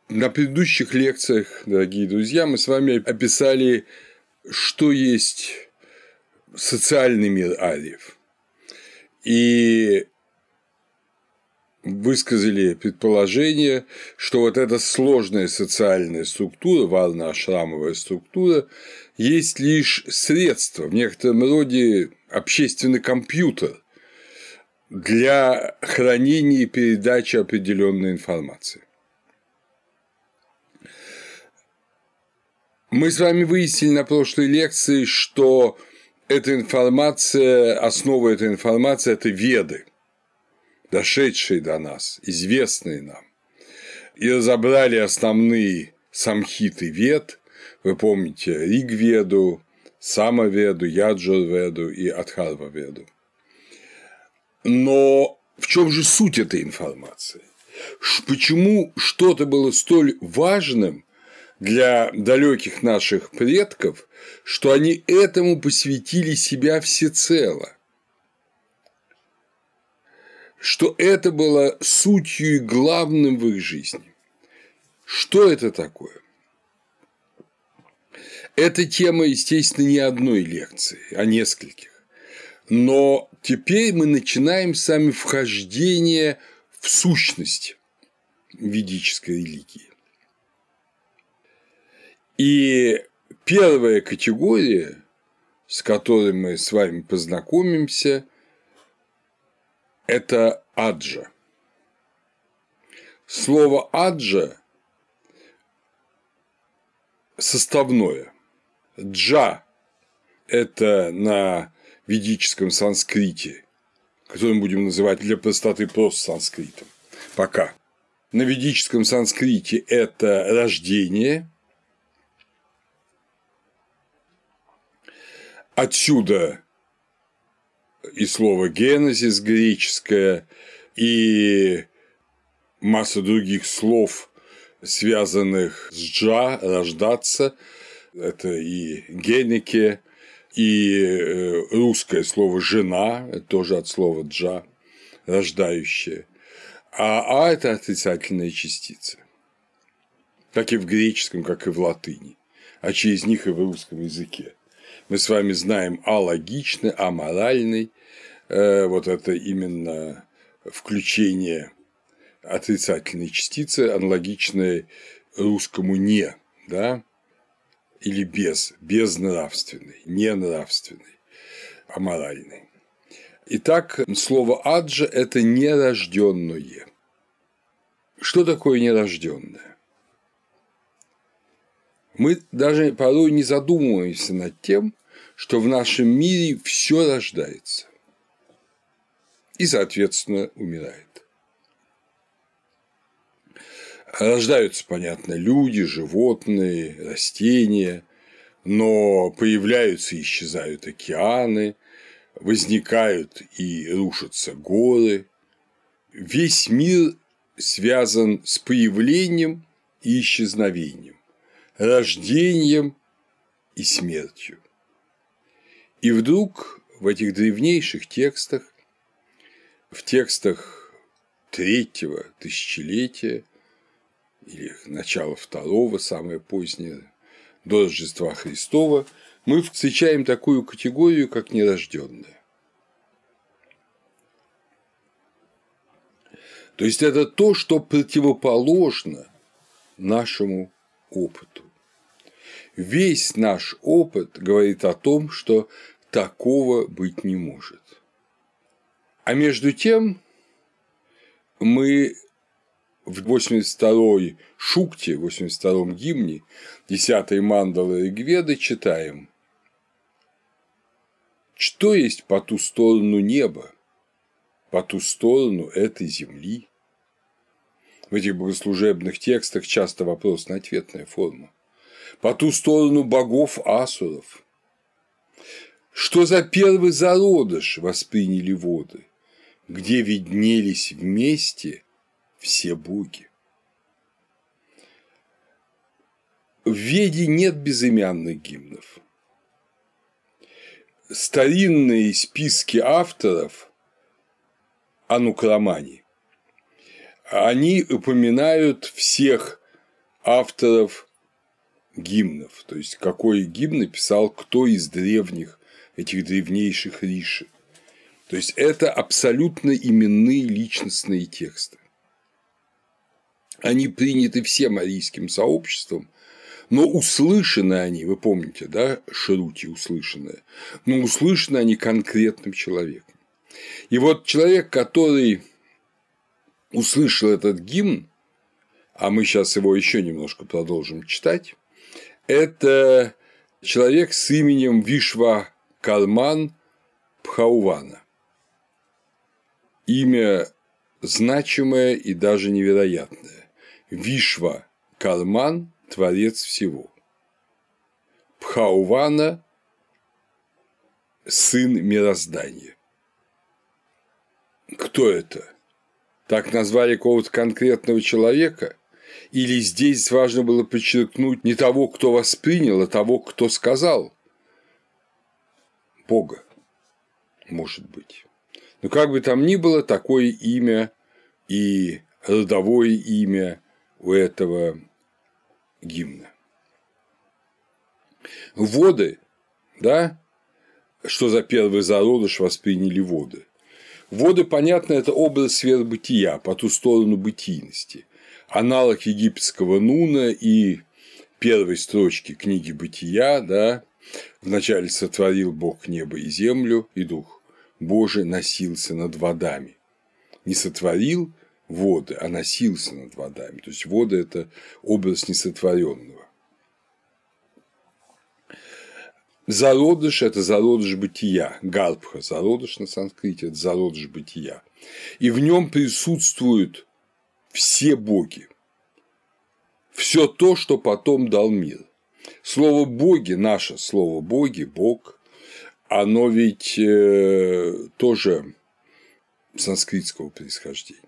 На предыдущих лекциях, дорогие друзья, мы с вами описали, что есть социальный мир ариев, и высказали предположение, что вот эта сложная социальная структура, варно-ашрамовая структура, есть лишь средство, в некотором роде общественный компьютер для хранения и передачи определенной информации. Мы с вами выяснили на прошлой лекции, что эта информация, основа этой информации – это Веды, дошедшие до нас, известные нам, и разобрали основные самхиты Вед. Вы помните Риг-Веду, Сама-Веду, Яджур-Веду и Адхарва-Веду. Но в чем же суть этой информации? Почему что-то было столь важным для далеких наших предков, что они этому посвятили себя всецело? Что это было сутью и главным в их жизни? Что это такое? Эта тема, естественно, не одной лекции, а нескольких. Но теперь мы начинаем с вами вхождение в сущность ведической религии. И первая категория, с которой мы с вами познакомимся, это аджа. Слово аджа составное. Джа – это на ведическом санскрите, который мы будем называть для простоты просто санскритом, пока. На ведическом санскрите это рождение. Отсюда и слово генезис греческое, и масса других слов, связанных с джа, рождаться, это и генеке, и русское слово жена, это тоже от слова джа, рождающая, а это отрицательная частица, как и в греческом, как и в латыни, а через них и в русском языке. Мы с вами знаем алогичный, аморальный, вот это именно включение отрицательной частицы, аналогичной русскому «не», да, или безнравственный, ненравственный, аморальный. Итак, слово «аджа» – это нерожденное. Что такое нерожденное? Мы даже порой не задумываемся над тем, что в нашем мире все рождается и, соответственно, умирает. Рождаются, понятно, люди, животные, растения, но появляются и исчезают океаны, возникают и рушатся горы. Весь мир связан с появлением и исчезновением, рождением и смертью. И вдруг в этих древнейших текстах, в текстах третьего тысячелетия или начала второго, самое позднее, до Рождества Христова, мы встречаем такую категорию, как нерожденная. То есть это то, что противоположно нашему опыту. Весь наш опыт говорит о том, что такого быть не может. А между тем мы в 82-й шукте, в 82-м гимне 10-й мандалы Ригведы читаем: что есть по ту сторону неба, по ту сторону этой земли? В этих богослужебных текстах часто вопросно-ответная форма. По ту сторону богов-асуров. Что за первый зародыш восприняли воды, где виднелись вместе все боги? В Веде нет безымянных гимнов. Старинные списки авторов Анукрамани, они упоминают всех авторов гимнов, то есть какой гимн написал кто из древних, этих древнейших риши. То есть это абсолютно именные личностные тексты. Они приняты всем арийским сообществом, но услышаны они, вы помните, да, Шрути услышанное, но услышаны они конкретным человеком. И вот человек, который услышал этот гимн, а мы сейчас его еще немножко продолжим читать, это человек с именем Вишвакарман Пхаувана. Имя значимое и даже невероятное. Вишвакарман – творец всего. Пхаувана – сын мироздания. Кто это? Так назвали какого-то конкретного человека? Или здесь важно было подчеркнуть не того, кто воспринял, а того, кто сказал? Бога, может быть. Но как бы там ни было, такое имя и родовое имя у этого гимна. Воды, да? Что за первый зародыш восприняли воды? Воды, понятно, это образ сверхбытия, по ту сторону бытийности. Аналог египетского Нуна и первой строчки книги Бытия, да, вначале сотворил Бог небо и землю, и Дух Божий носился над водами. Не сотворил воды, а носился над водами. То есть воды – это образ несотворенного. Зародыш – это зародыш бытия, гарбха, зародыш на санскрите – это зародыш бытия. И в нем присутствуют все боги, все то, что потом дал мир. Слово «боги», наше слово «боги», «бог», оно ведь тоже санскритского происхождения.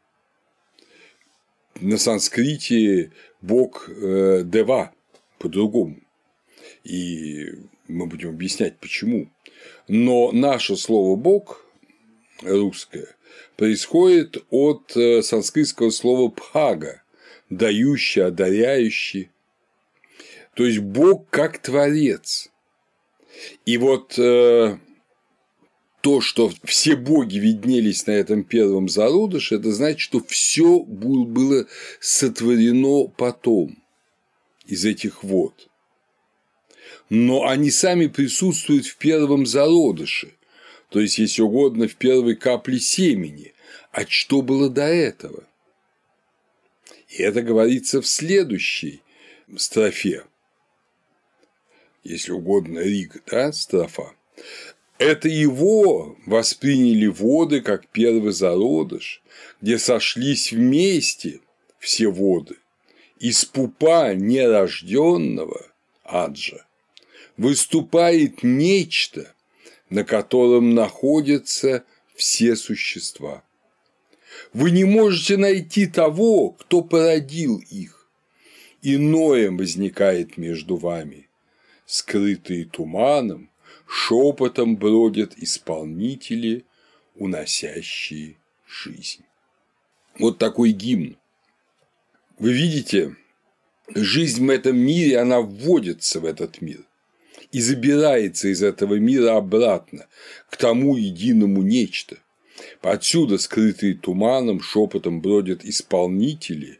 На санскрите бог Дева по-другому. И мы будем объяснять, почему. Но наше слово «бог» русское происходит от санскритского слова «бхага», дающий, одаряющий. То есть Бог как творец. И вот то, что все боги виднелись на этом первом зародыше, это значит, что все было сотворено потом из этих вод. Но они сами присутствуют в первом зародыше, то есть, если угодно, в первой капле семени. А что было до этого? И это говорится в следующей строфе, если угодно, Рига, да, строфа. Это его восприняли воды как первый зародыш, где сошлись вместе все воды. Из пупа нерожденного Аджа выступает нечто, на котором находятся все существа. Вы не можете найти того, кто породил их. Иное возникает между вами. Скрытые туманом, шепотом бродят исполнители, уносящие жизнь. Вот такой гимн. Вы видите, жизнь в этом мире, она вводится в этот мир и забирается из этого мира обратно к тому единому нечто. Отсюда скрытые туманом, шепотом бродят исполнители,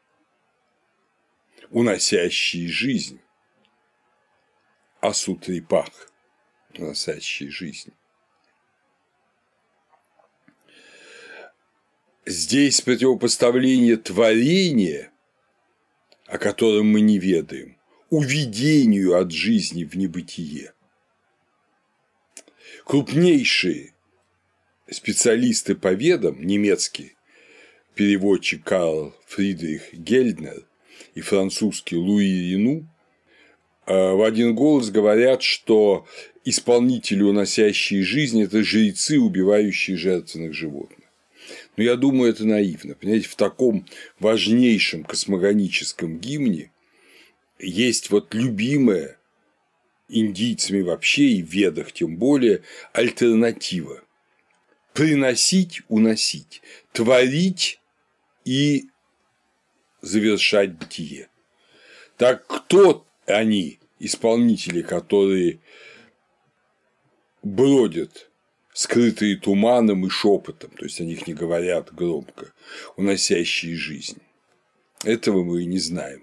уносящие жизнь. Асутрипах, уносящие жизнь. Здесь противопоставление творения, о котором мы не ведаем, уведению от жизни в небытие. Крупнейшие специалисты по ведам, немецкий переводчик Карл Фридрих Гельднер и французский Луи Рену, в один голос говорят, что исполнители, уносящие жизнь – это жрецы, убивающие жертвенных животных. Но я думаю, это наивно. Понимаете, в таком важнейшем космогоническом гимне есть вот любимая индийцами вообще и в ведах тем более альтернатива. Приносить, уносить, творить и завершать бытие. Так кто они, исполнители, которые бродят, скрытые туманом и шепотом, то есть о них не говорят громко, уносящие жизнь? Этого мы и не знаем.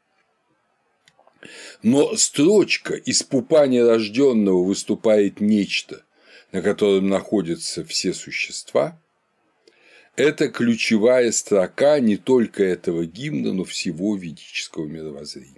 Но строчка «из пупа нерожденного выступает нечто, на котором находятся все существа» – это ключевая строка не только этого гимна, но всего ведического мировоззрения.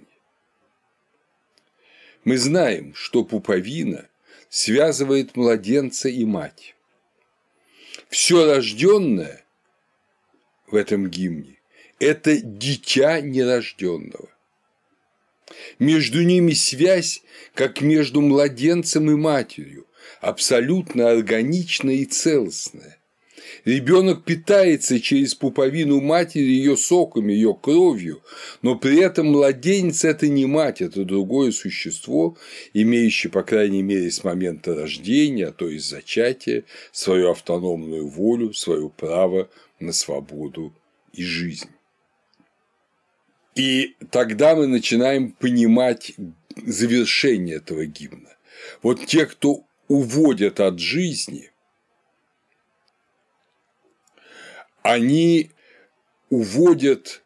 Мы знаем, что пуповина связывает младенца и мать. Все рожденное в этом гимне – это дитя нерожденного. Между ними связь, как между младенцем и матерью, абсолютно органичная и целостная. Ребенок питается через пуповину матери ее соками, ее кровью, но при этом младенец – это не мать, это другое существо, имеющее, по крайней мере, с момента рождения, а то есть зачатия, свою автономную волю, свое право на свободу и жизнь. И тогда мы начинаем понимать завершение этого гимна. Вот те, кто уводят от жизни, они уводят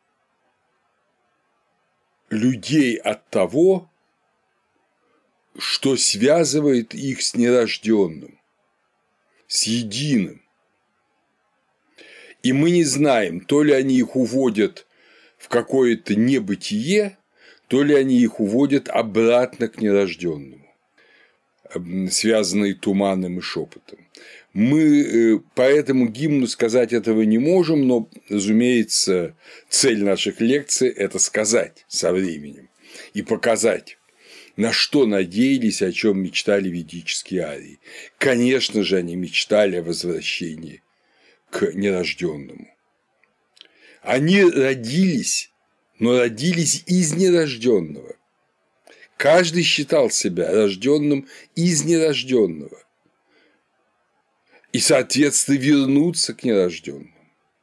людей от того, что связывает их с нерожденным, с единым. И мы не знаем, то ли они их уводят в какое-то небытие, то ли они их уводят обратно к нерожденному, связанные туманом и шепотом. Мы по этому гимну сказать этого не можем, но, разумеется, цель наших лекций – это сказать со временем и показать, на что надеялись, о чем мечтали ведические арии. Конечно же, они мечтали о возвращении к нерожденному. Они родились, но родились из нерожденного. Каждый считал себя рожденным из нерожденного. И, соответственно, вернуться к нерожденному.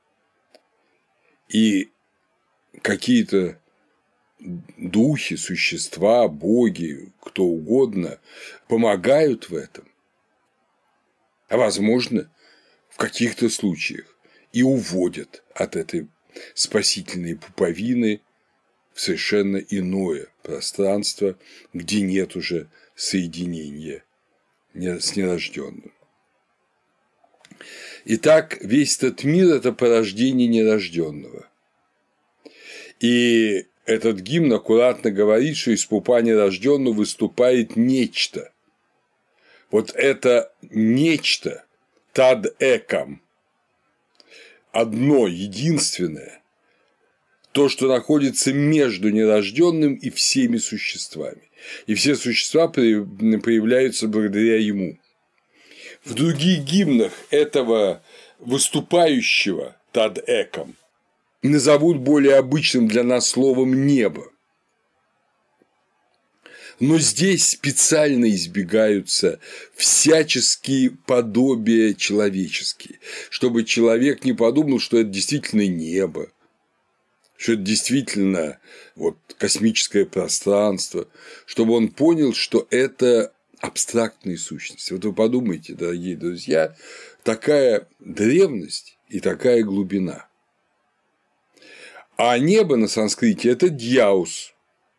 И какие-то духи, существа, боги, кто угодно помогают в этом. А возможно, в каких-то случаях и уводят от этой спасительной пуповины в совершенно иное пространство, где нет уже соединения с нерожденным. Итак, весь этот мир – это порождение нерожденного. И этот гимн аккуратно говорит, что из пупа нерожденного выступает нечто. Вот это нечто тад экам, одно, единственное, то, что находится между нерожденным и всеми существами. И все существа появляются благодаря ему. В других гимнах этого выступающего тад экам назовут более обычным для нас словом «небо». Но здесь специально избегаются всяческие подобия человеческие, чтобы человек не подумал, что это действительно небо, что это действительно вот космическое пространство, чтобы он понял, что это абстрактные сущности. Вот вы подумайте, дорогие друзья, такая древность и такая глубина. А небо на санскрите – это дьяус,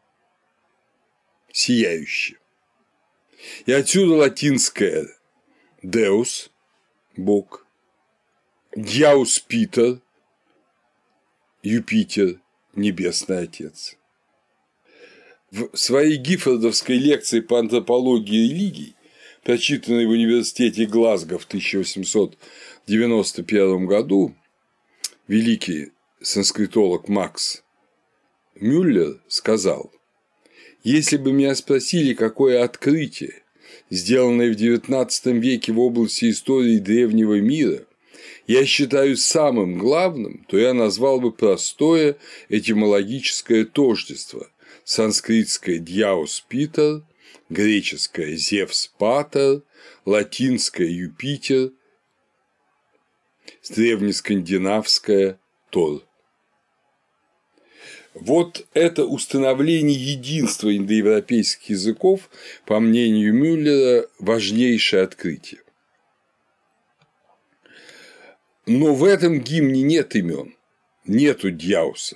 сияющее. И отсюда латинское «деус» – Бог, «дьяус Питер» – Юпитер, Небесный Отец. В своей гиффордовской лекции по антропологии религий, прочитанной в университете Глазго в 1891 году, великий санскритолог Макс Мюллер сказал: «Если бы меня спросили, какое открытие, сделанное в XIX веке в области истории древнего мира, я считаю самым главным, то я назвал бы простое этимологическое тождество – санскритское «дьяус Питер», греческое «зевс Патер», латинское «Юпитер», древнескандинавское «Тор». Вот это установление единства индоевропейских языков, по мнению Мюллера, важнейшее открытие. Но в этом гимне нет имен, нету дьяуса.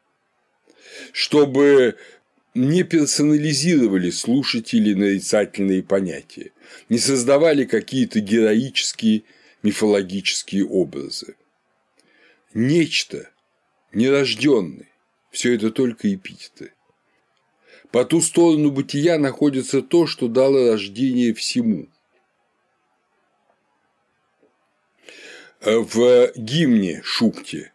Чтобы не персонализировали слушатели нарицательные понятия, не создавали какие-то героические мифологические образы. Нечто нерожденное, все это только эпитеты. По ту сторону бытия находится то, что дало рождение всему. В гимне Шукти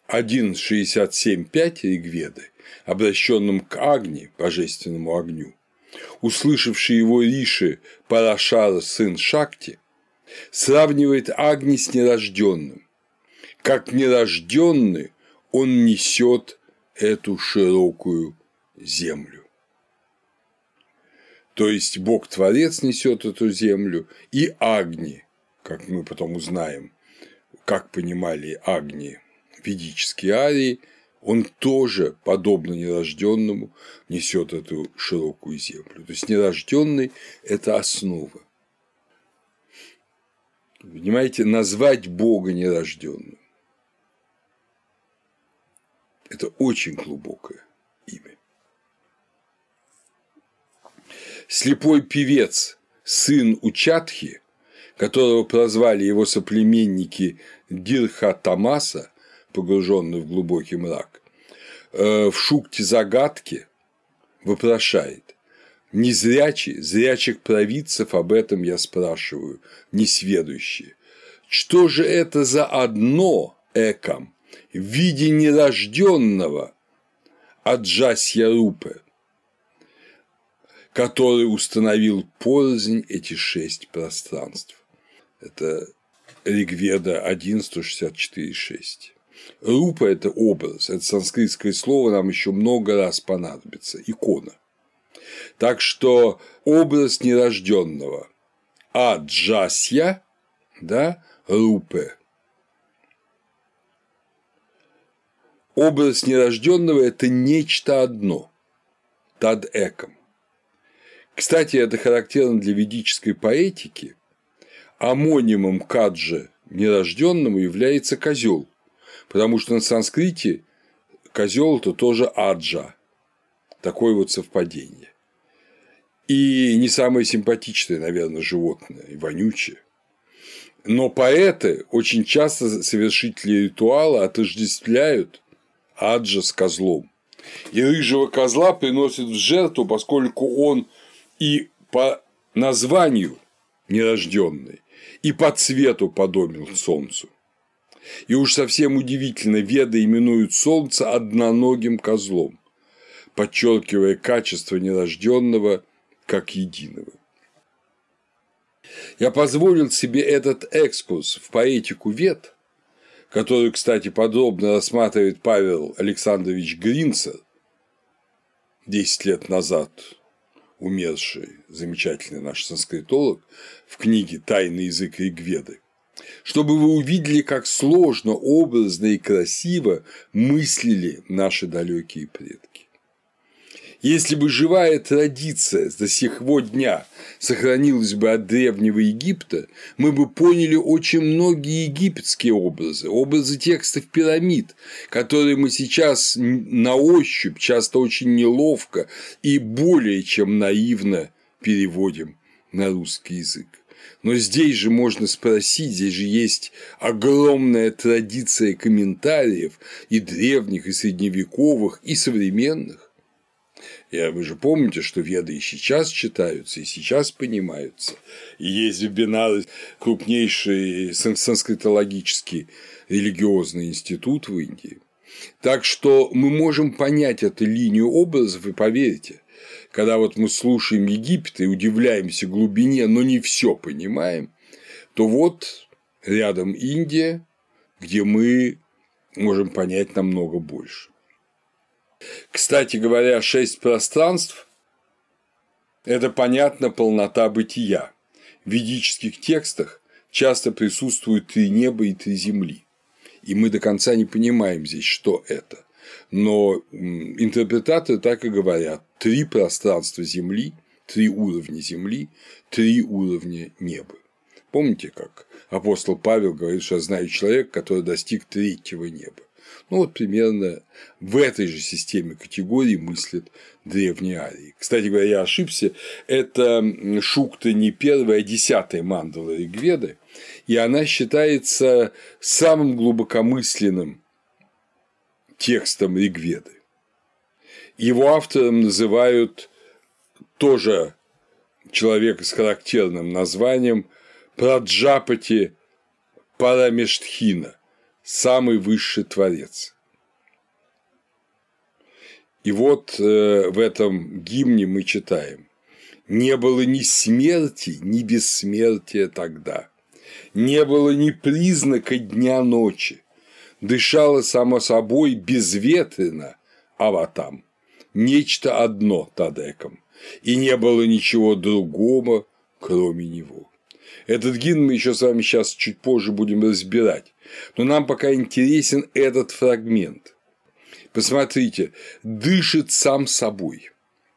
1.67.5 Ригведы, обращенном к Агни, божественному огню, услышавший его Риши Парашара, сын Шакти, сравнивает Агни с нерожденным. Как нерожденный он несет эту широкую землю. То есть Бог-творец несет эту землю, и Агни, как мы потом узнаем, как понимали Агни ведические арии, он тоже, подобно нерожденному, несет эту широкую землю. То есть нерожденный – это основа. Понимаете, назвать Бога нерожденным – это очень глубокое имя. Слепой певец, сын Учатхи, которого прозвали его соплеменники Дирха Тамаса, погруженный в глубокий мрак, в Шукте загадки вопрошает: «Незрячий, зрячих провидцев об этом я спрашиваю, несведущие. Что же это за одно эком в виде нерожденного Аджасья-Рупе, который установил порознь эти 6 пространств?» Это Ригведа 1.164.6. Рупа – это образ, это санскритское слово нам еще много раз понадобится, икона. Так что образ нерожденного Аджасья, да, Рупе. Образ нерожденного – это нечто одно, тад-эком. Кстати, это характерно для ведической поэтики. Амонимом каджи нерожденному является козел, потому что на санскрите козел это тоже аджа. Такое вот совпадение. И не самое симпатичное, наверное, животное, и вонючее. Но поэты очень часто совершители ритуала отождествляют аджа с козлом. И рыжего козла приносят в жертву, поскольку он и по названию нерожденный, и по цвету подобен солнцу. И уж совсем удивительно, веды именуют солнце одноногим козлом, подчеркивая качество нерожденного как единого. Я позволил себе этот экскурс в поэтику вед, которую, кстати, подробно рассматривает Павел Александрович Гринцер, 10 лет назад умерший замечательный наш санскритолог, в книге «Тайный язык Ригведы», чтобы вы увидели, как сложно, образно и красиво мыслили наши далекие предки. Если бы живая традиция до сего дня сохранилась бы от Древнего Египта, мы бы поняли очень многие египетские образы, образы текстов пирамид, которые мы сейчас на ощупь, часто очень неловко и более чем наивно переводим на русский язык. Но здесь же можно спросить, здесь же есть огромная традиция комментариев и древних, и средневековых, и современных. Вы же помните, что веды и сейчас читаются, и сейчас понимаются. И есть вебинары, крупнейший санскритологический религиозный институт в Индии. Так что мы можем понять эту линию образов, и поверьте, когда вот мы слушаем Египет и удивляемся глубине, но не все понимаем, то вот рядом Индия, где мы можем понять намного больше. Кстати говоря, 6 пространств – это, понятно, полнота бытия. В ведических текстах часто присутствуют 3 неба и 3 земли. И мы до конца не понимаем здесь, что это. Но интерпретаторы так и говорят: 3 пространства Земли, 3 уровня Земли, 3 уровня неба. Помните, как апостол Павел говорит, что я знаю человека, который достиг 3-го неба? Ну вот примерно в этой же системе категорий мыслят древние арии. Кстати говоря, я ошибся, это Шукта не 1-я, а 10-я мандала Ригведы, и она считается самым глубокомысленным текстом Ригведы. Его автором называют тоже человека с характерным названием Праджапати Парамештхина, самый высший творец. И вот в этом гимне мы читаем: «Не было ни смерти, ни бессмертия тогда, не было ни признака дня ночи, дышало само собой безветренно аватам, нечто одно тадеком, и не было ничего другого, кроме него». Этот гимн мы еще с вами сейчас чуть позже будем разбирать, но нам пока интересен этот фрагмент. Посмотрите, дышит сам собой.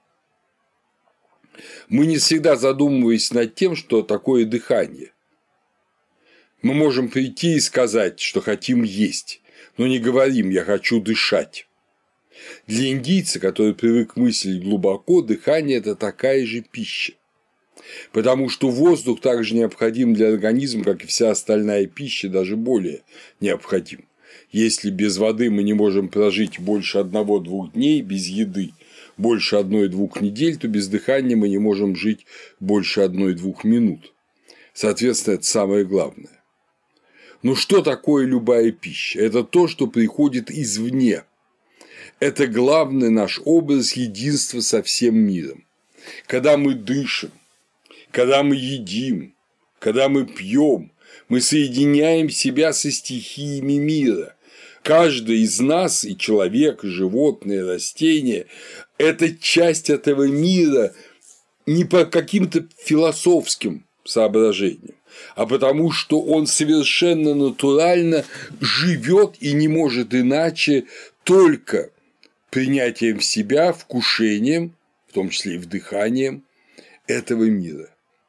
Мы не всегда задумываясь над тем, что такое дыхание. Мы можем прийти и сказать, что хотим есть, но не говорим «я хочу дышать». Для индийца, который привык мыслить глубоко, дыхание – это такая же пища. Потому что воздух также необходим для организма, как и вся остальная пища, даже более необходим. Если без воды мы не можем прожить больше 1-2 дней, без еды больше 1-2 недель, то без дыхания мы не можем жить больше 1-2 минут. Соответственно, это самое главное. Но что такое любая пища? Это то, что приходит извне. Это главный наш образ единства со всем миром. Когда мы дышим, когда мы едим, когда мы пьем, мы соединяем себя со стихиями мира. Каждый из нас, и человек, и животное, и растение – это часть этого мира не по каким-то философским соображениям, а потому что он совершенно натурально живет и не может иначе только принятием в себя, вкушением, в том числе и вдыханием этого мира.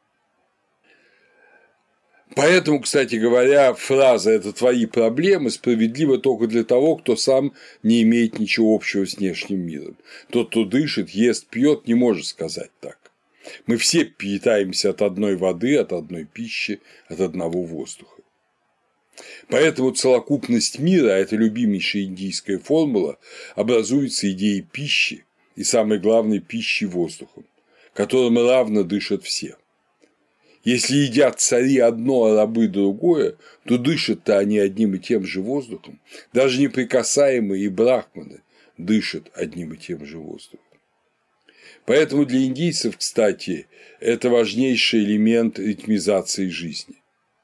Поэтому, кстати говоря, фраза «это твои проблемы» справедлива только для того, кто сам не имеет ничего общего с внешним миром. Тот, кто дышит, ест, пьет, не может сказать так. Мы все питаемся от одной воды, от одной пищи, от одного воздуха. Поэтому целокупность мира, а это любимейшая индийская формула, образуется идеей пищи и, самое главное, пищи воздухом, которым равно дышат все. Если едят цари одно, а рабы другое, то дышат-то они одним и тем же воздухом. Даже неприкасаемые и брахманы дышат одним и тем же воздухом. Поэтому для индийцев, кстати, это важнейший элемент ритмизации жизни.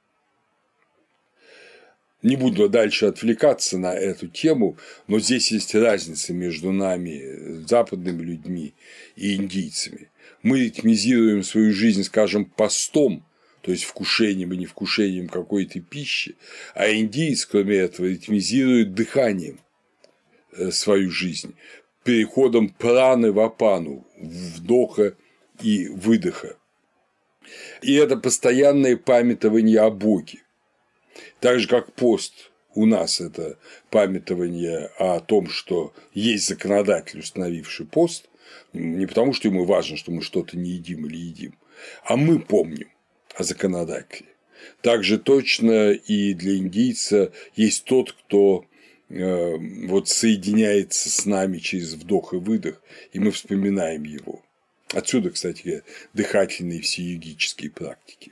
Не буду дальше отвлекаться на эту тему, но здесь есть разница между нами, западными людьми, и индийцами. Мы ритмизируем свою жизнь, скажем, постом, то есть вкушением и невкушением какой-то пищи, а индиец, кроме этого, ритмизирует дыханием свою жизнь, переходом праны в апану, вдоха и выдоха. И это постоянное памятование о Боге. Так же, как пост у нас – это памятование о том, что есть законодатель, установивший пост, не потому, что ему важно, что мы что-то не едим или едим, а мы помним о законодателе. Также точно и для индийца есть тот, кто вот соединяется с нами через вдох и выдох, и мы вспоминаем его. Отсюда, кстати говоря, дыхательные все йогические практики.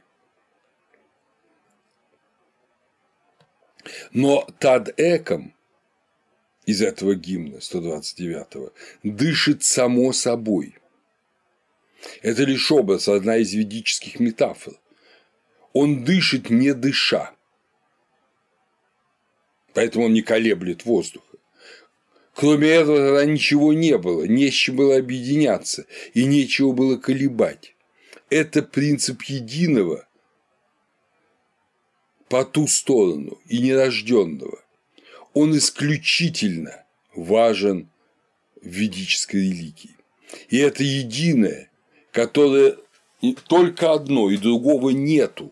Но тад-эком из этого гимна 129-го дышит само собой. Это лишь образ, одна из ведических метафор. Он дышит, не дыша. Поэтому он не колеблет воздуха. Кроме этого, тогда ничего не было, не с чем было объединяться и нечего было колебать. Это принцип единого по ту сторону и нерожденного. Он исключительно важен в ведической религии. И это единое, которое только одно, и другого нету.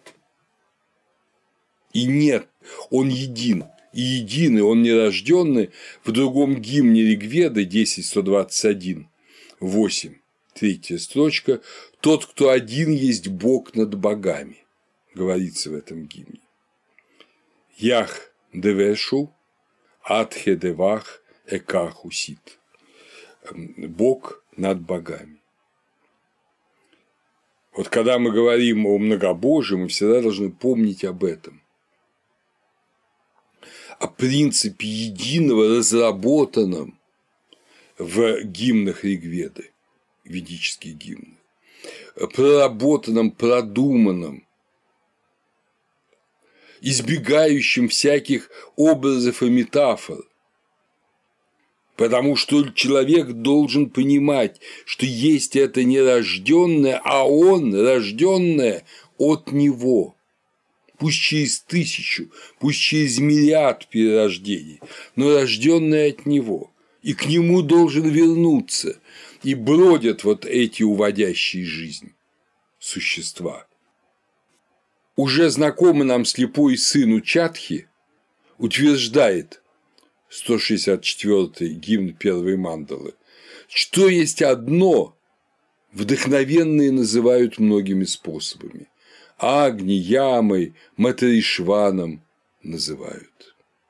И нет, он един. И единый, он нерожденный. В другом гимне Ригведы 10.121, 8, 3 строчка, тот, кто один есть Бог над богами, говорится в этом гимне. Ях девешу, атхе девах экаху сит. Бог над богами. Вот когда мы говорим о многобожии, мы всегда должны помнить об этом. О принципе единого, разработанном в гимнах Ригведы, ведических гимнах, проработанном, продуманном, избегающим всяких образов и метафор. Потому что человек должен понимать, что есть это нерожденное, а он рожденное от него. Пусть через 1000, пусть через миллиард перерождений, но рожденное от него. И к нему должен вернуться. И бродят вот эти уводящие жизнь существа. Уже знакомый нам слепой сын Учатхи утверждает, 164-й гимн первой мандалы, что есть одно, вдохновенные называют многими способами. Агни, Ямой, Матаришваном называют.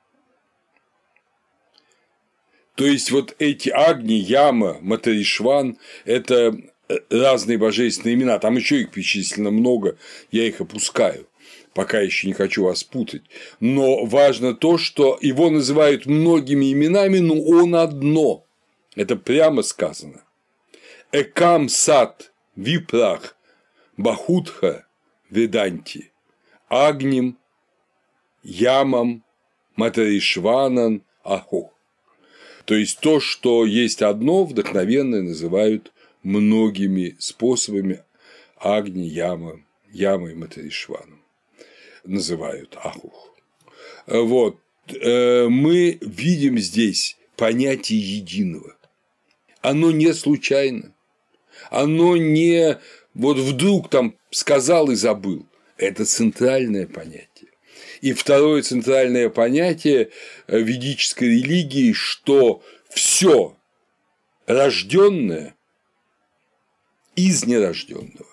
То есть вот эти Агни, Яма, Матаришван – это разные божественные имена, там еще их перечислено много, я их опускаю, пока еще не хочу вас путать. Но важно то, что его называют многими именами, но он одно. Это прямо сказано. Экам сат випрах бахутха Веданти, Агним, Ямам, Матаришванан, Ахо. То есть то, что есть одно, вдохновенное называют многими способами. Агни, Ямой, Матаришваном называют Ахух. Вот. Мы видим здесь понятие единого. Оно не случайно. Оно не вот вдруг там сказал и забыл. Это центральное понятие. И второе центральное понятие ведической религии, что все рожденное из нерожденного.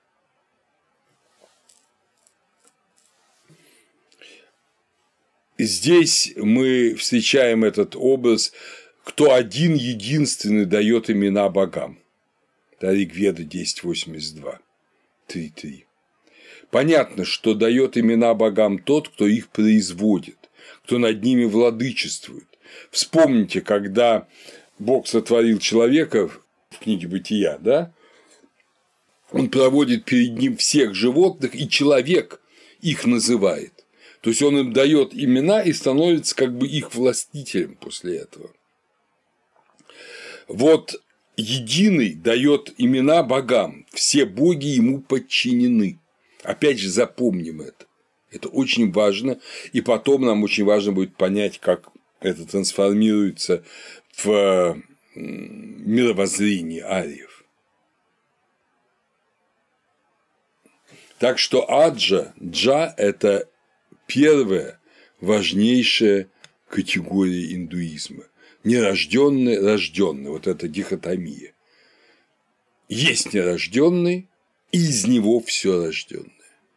Здесь мы встречаем этот образ, кто один единственный дает имена богам. Ригведа 10.82, 3.3. Понятно, что дает имена богам тот, кто их производит, кто над ними владычествует. Вспомните, когда Бог сотворил человека в книге Бытия, да? Он проводит перед ним всех животных, и человек их называет. То есть он им дает имена и становится как бы их властителем после этого. Вот единый дает имена богам, все боги ему подчинены. Опять же, запомним это. Это очень важно, и потом нам очень важно будет понять, как это трансформируется в мировоззрении ариев. Так что джа – это первая важнейшая категория индуизма. Нерожденный, рожденный, вот эта дихотомия. Есть нерожденный, и из него все рожденное.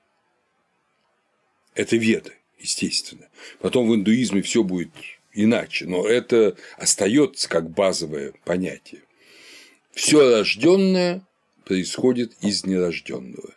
Это веды, естественно. Потом в индуизме все будет иначе, но это остается как базовое понятие. Все рожденное происходит из нерожденного.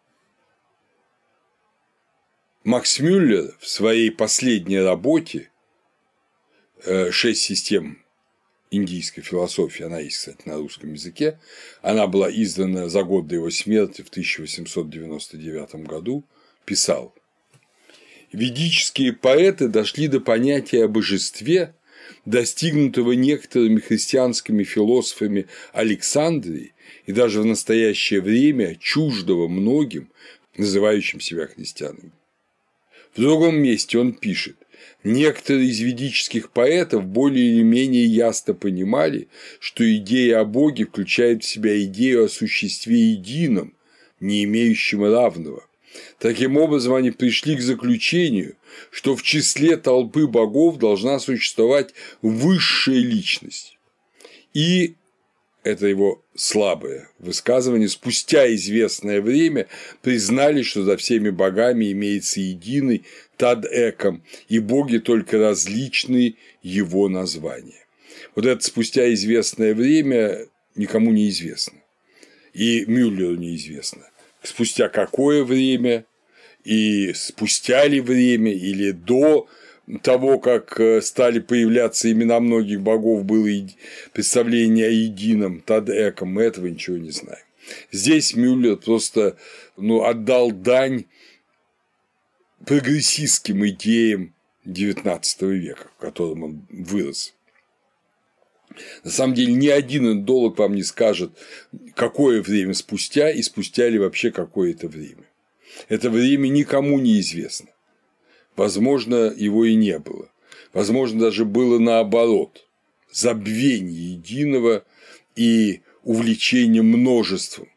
Макс Мюллер в своей последней работе «6 систем индийской философии», она есть, кстати, на русском языке, она была издана за год до его смерти в 1899 году, писал: «Ведические поэты дошли до понятия о божестве, достигнутого некоторыми христианскими философами Александрии и даже в настоящее время чуждого многим, называющим себя христианами. В другом месте он пишет: Некоторые из ведических поэтов более или менее ясно понимали, что идея о Боге включает в себя идею о существе едином, не имеющем равного. Таким образом, они пришли к заключению, что в числе толпы богов должна существовать высшая личность. И это его слабое высказывание, спустя известное время признали, что за всеми богами имеется единый Тад-Эком, и боги только различные его названия. Вот это спустя известное время никому не известно, и Мюллеру неизвестно. Спустя какое время, и спустя ли время, или до того, как стали появляться имена многих богов, было представление о едином Тад-Эком, мы этого ничего не знаем. Здесь Мюллер просто отдал дань прогрессистским идеям XIX века, в котором он вырос. На самом деле ни один индолог вам не скажет, какое время спустя и спустя ли вообще какое-то время. Это время никому не известно. Возможно, его и не было. Возможно, даже было наоборот. Забвение единого и увлечение множеством.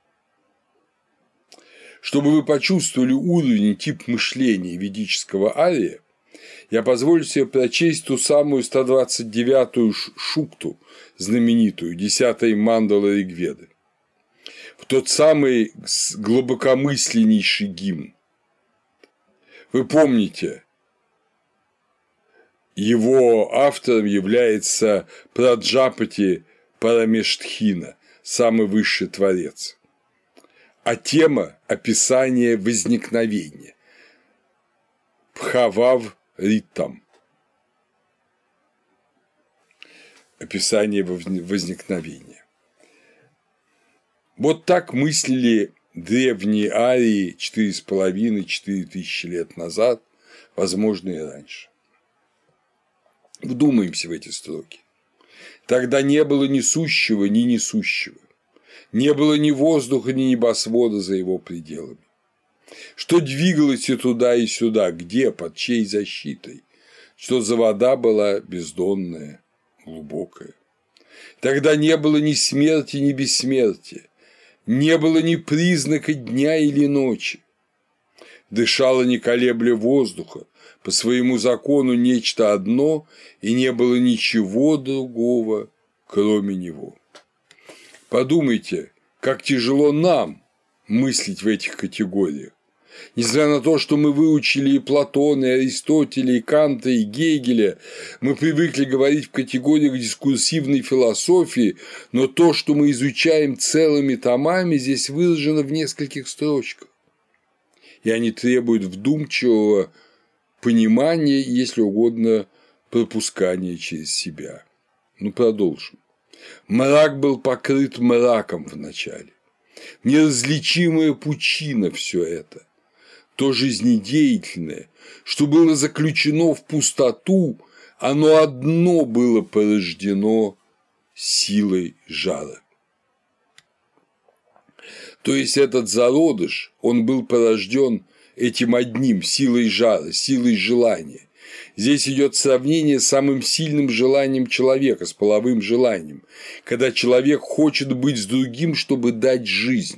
Чтобы вы почувствовали уровень и тип мышления ведического ария, я позволю себе прочесть ту самую 129-ю шукту, знаменитую, 10-й мандала Ригведы. В тот самый глубокомысленнейший гимн. Вы помните, его автором является Праджапати Парамештхина, самый высший творец. А тема – описание возникновения. Бхавав Риттам. Описание возникновения. Вот так мыслили древние арии 4,5–4 тысячи лет назад, возможно, и раньше. Вдумаемся в эти строки. Тогда не было ни сущего, ни несущего. Не было ни воздуха, ни небосвода за его пределами. Что двигалось и туда, и сюда, где, под чьей защитой? Что за вода была бездонная, глубокая? Тогда не было ни смерти, ни бессмертия. Не было ни признака дня или ночи. Дышало, не колебля воздуха, по своему закону нечто одно, и не было ничего другого, кроме него. Подумайте, как тяжело нам мыслить в этих категориях. Несмотря на то, что мы выучили и Платона, и Аристотеля, и Канта, и Гегеля, мы привыкли говорить в категориях дискурсивной философии, но то, что мы изучаем целыми томами, здесь выражено в нескольких строчках. И они требуют вдумчивого понимания, если угодно, пропускания через себя. Продолжим. Мрак был покрыт мраком вначале. Неразличимая пучина все это. То жизнедеятельное, что было заключено в пустоту, оно одно было порождено силой жара. То есть этот зародыш, он был порожден этим одним, силой жара, силой желания. Здесь идет сравнение с самым сильным желанием человека, с половым желанием, когда человек хочет быть с другим, чтобы дать жизнь.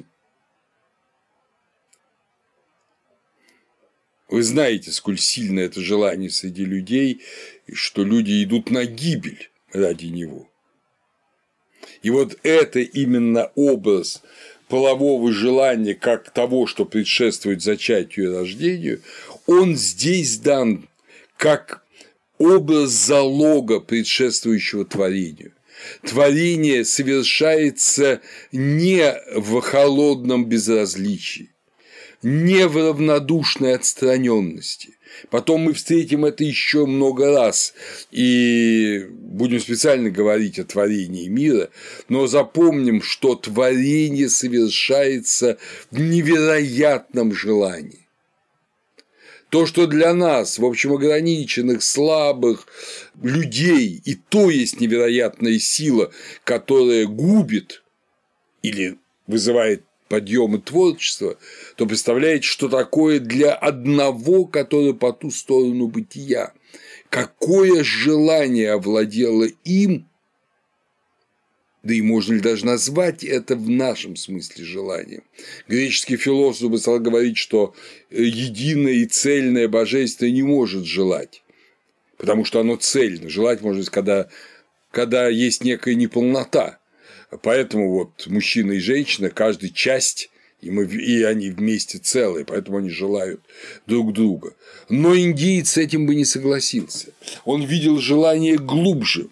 Вы знаете, сколь сильно это желание среди людей, что люди идут на гибель ради него. И вот это именно образ полового желания, как того, что предшествует зачатию и рождению, он здесь дан как образ залога, предшествующего творению. Творение совершается не в холодном безразличии, не в равнодушной отстраненности. Потом мы встретим это еще много раз и будем специально говорить о творении мира, но запомним, что творение совершается в невероятном желании. То, что для нас, в общем, ограниченных, слабых людей, и то есть невероятная сила, которая губит или вызывает подъем и творчество, то представляете, что такое для одного, который по ту сторону бытия, какое желание овладело им, да и можно ли даже назвать это в нашем смысле желанием. Греческий философ бы стал говорить, что единое и цельное божество не может желать, потому что оно цельно. Желать можно, когда есть некая неполнота. Поэтому вот мужчина и женщина, каждая часть, и они вместе целые, поэтому они желают друг друга. Но индиец с этим бы не согласился. Он видел желание глубже.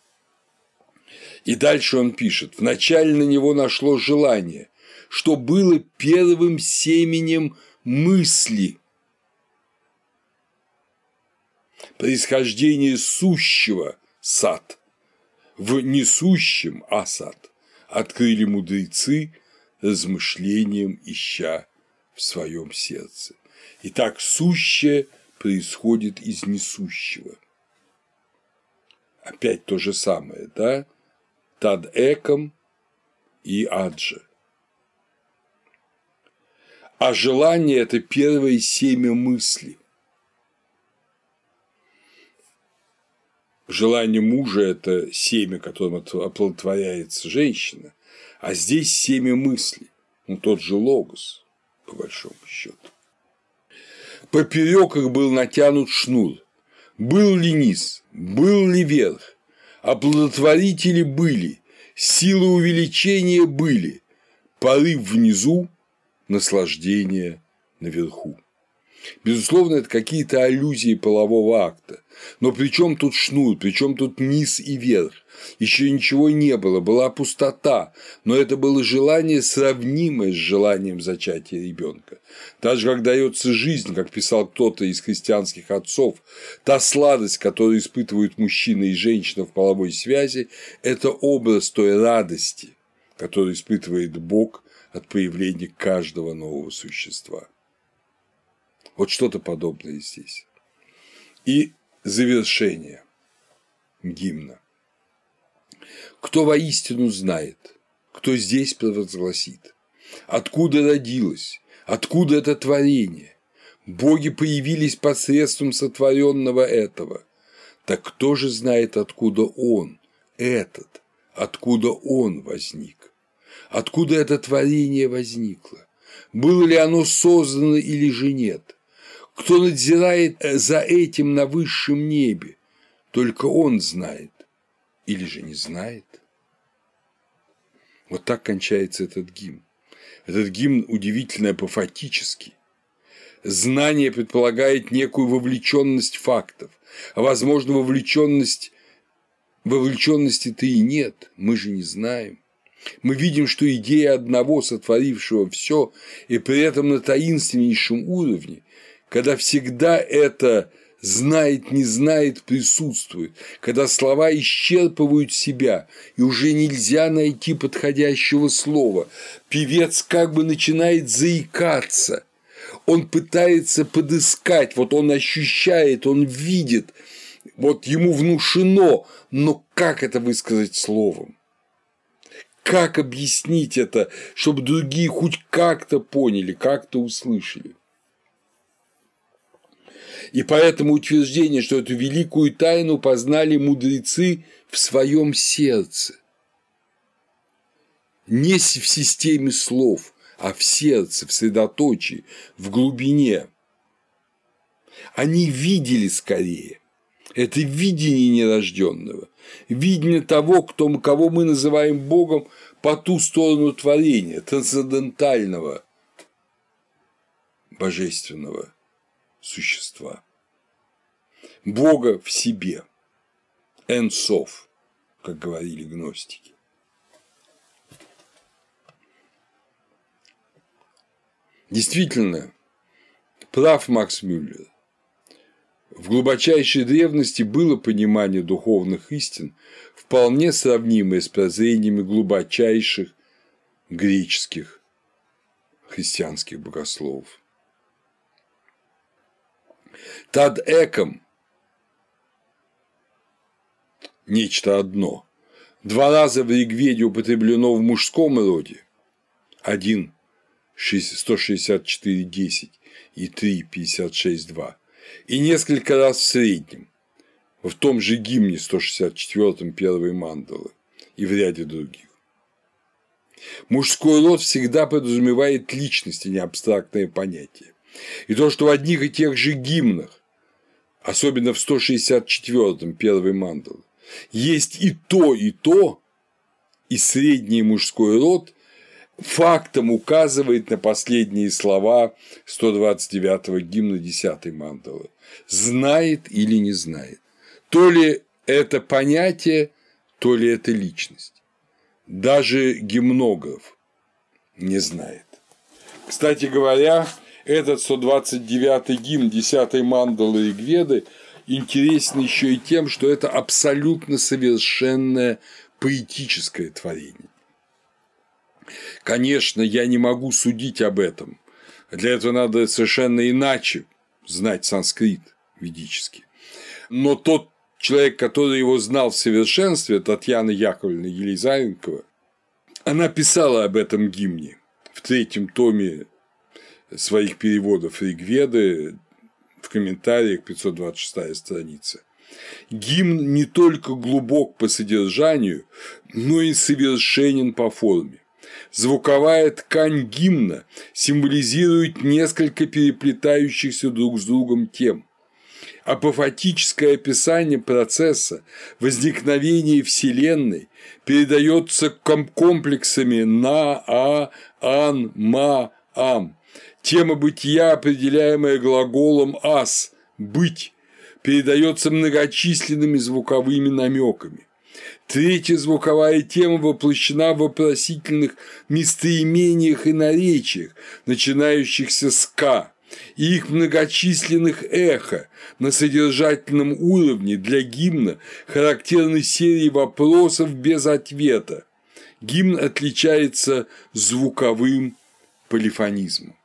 И дальше он пишет: «Вначале на него нашло желание, что было первым семенем мысли, происхождение сущего сад, в несущем асад открыли мудрецы размышлением ища в своем сердце». Итак, сущее происходит из несущего. Опять то же самое, да? Тад эком и аджа. А желание – это первое семя мысли. Желание мужа – это семя, которым оплодотворяется женщина, а здесь семя мысли, тот же логос, по большому счету. Поперек их был натянут шнур. Был ли низ, был ли верх, оплодотворители были, силы увеличения были, порыв внизу, наслаждение наверху. Безусловно, это какие-то аллюзии полового акта. Но при чем тут шнур, при чем тут низ и верх? Еще ничего не было, была пустота, но это было желание, сравнимое с желанием зачатия ребенка. Даже как дается жизнь, как писал кто-то из христианских отцов, та сладость, которую испытывают мужчина и женщина в половой связи, это образ той радости, которую испытывает Бог от появления каждого нового существа. Вот что-то подобное здесь. И завершение гимна. Кто воистину знает, кто здесь провозгласит, откуда родилось, откуда это творение, боги появились посредством сотворенного этого, так кто же знает, откуда он, этот, откуда он возник, откуда это творение возникло, было ли оно создано или же нет. Кто надзирает за этим на высшем небе, только он знает или же не знает. Вот так кончается этот гимн. Этот гимн удивительно апофатический. Знание предполагает некую вовлеченность фактов, а возможно вовлеченности-то и нет, мы же не знаем. Мы видим, что идея одного, сотворившего все, и при этом на таинственнейшем уровне, когда всегда это знает, не знает, присутствует, когда слова исчерпывают себя, и уже нельзя найти подходящего слова, певец как бы начинает заикаться, он пытается подыскать, вот он ощущает, он видит, вот ему внушено, но как это высказать словом? Как объяснить это, чтобы другие хоть как-то поняли, как-то услышали? И поэтому утверждение, что эту великую тайну познали мудрецы в своем сердце. Не в системе слов, а в сердце, в средоточии, в глубине. Они видели скорее. Это видение нерожденного, видение того, кого мы называем Богом по ту сторону творения, трансцендентального божественного существа. Бога в себе. Эн Соф, как говорили гностики. Действительно, прав Макс Мюллер. В глубочайшей древности было понимание духовных истин, вполне сравнимое с прозрениями глубочайших греческих христианских богословов. Тад эком – нечто одно. 2 раза в Ригведе употреблено в мужском роде. 1 – 164.10 и 3 – 56.2. И несколько раз в среднем в том же гимне 164-м первой мандалы и в ряде других. Мужской род всегда подразумевает личность, а не абстрактное понятие. И то, что в одних и тех же гимнах, особенно в 164-м первой мандалы, есть и то, и средний мужской род, фактом указывает на последние слова 129-го гимна 10-й мандалы. Знает или не знает. То ли это понятие, то ли это личность. Даже гимнограф не знает. Кстати говоря, этот 129-й гимн 10-й мандалы Ригведы интересен еще и тем, что это абсолютно совершенное поэтическое творение. Конечно, я не могу судить об этом. Для этого надо совершенно иначе знать санскрит ведический. Но тот человек, который его знал в совершенстве, Татьяна Яковлевна Елизаренкова, она писала об этом гимне в 3-м томе своих переводов Ригведы, в комментариях 526-я страница. Гимн не только глубок по содержанию, но и совершенен по форме. Звуковая ткань гимна символизирует несколько переплетающихся друг с другом тем. Апофатическое описание процесса возникновения Вселенной передается комплексами на, ан, ма, ам. Тема бытия, определяемая глаголом ас – быть, передается многочисленными звуковыми намеками. Третья звуковая тема воплощена в вопросительных местоимениях и наречиях, начинающихся с «к», и их многочисленных эхо на содержательном уровне для гимна характерны серии вопросов без ответа. Гимн отличается звуковым полифонизмом.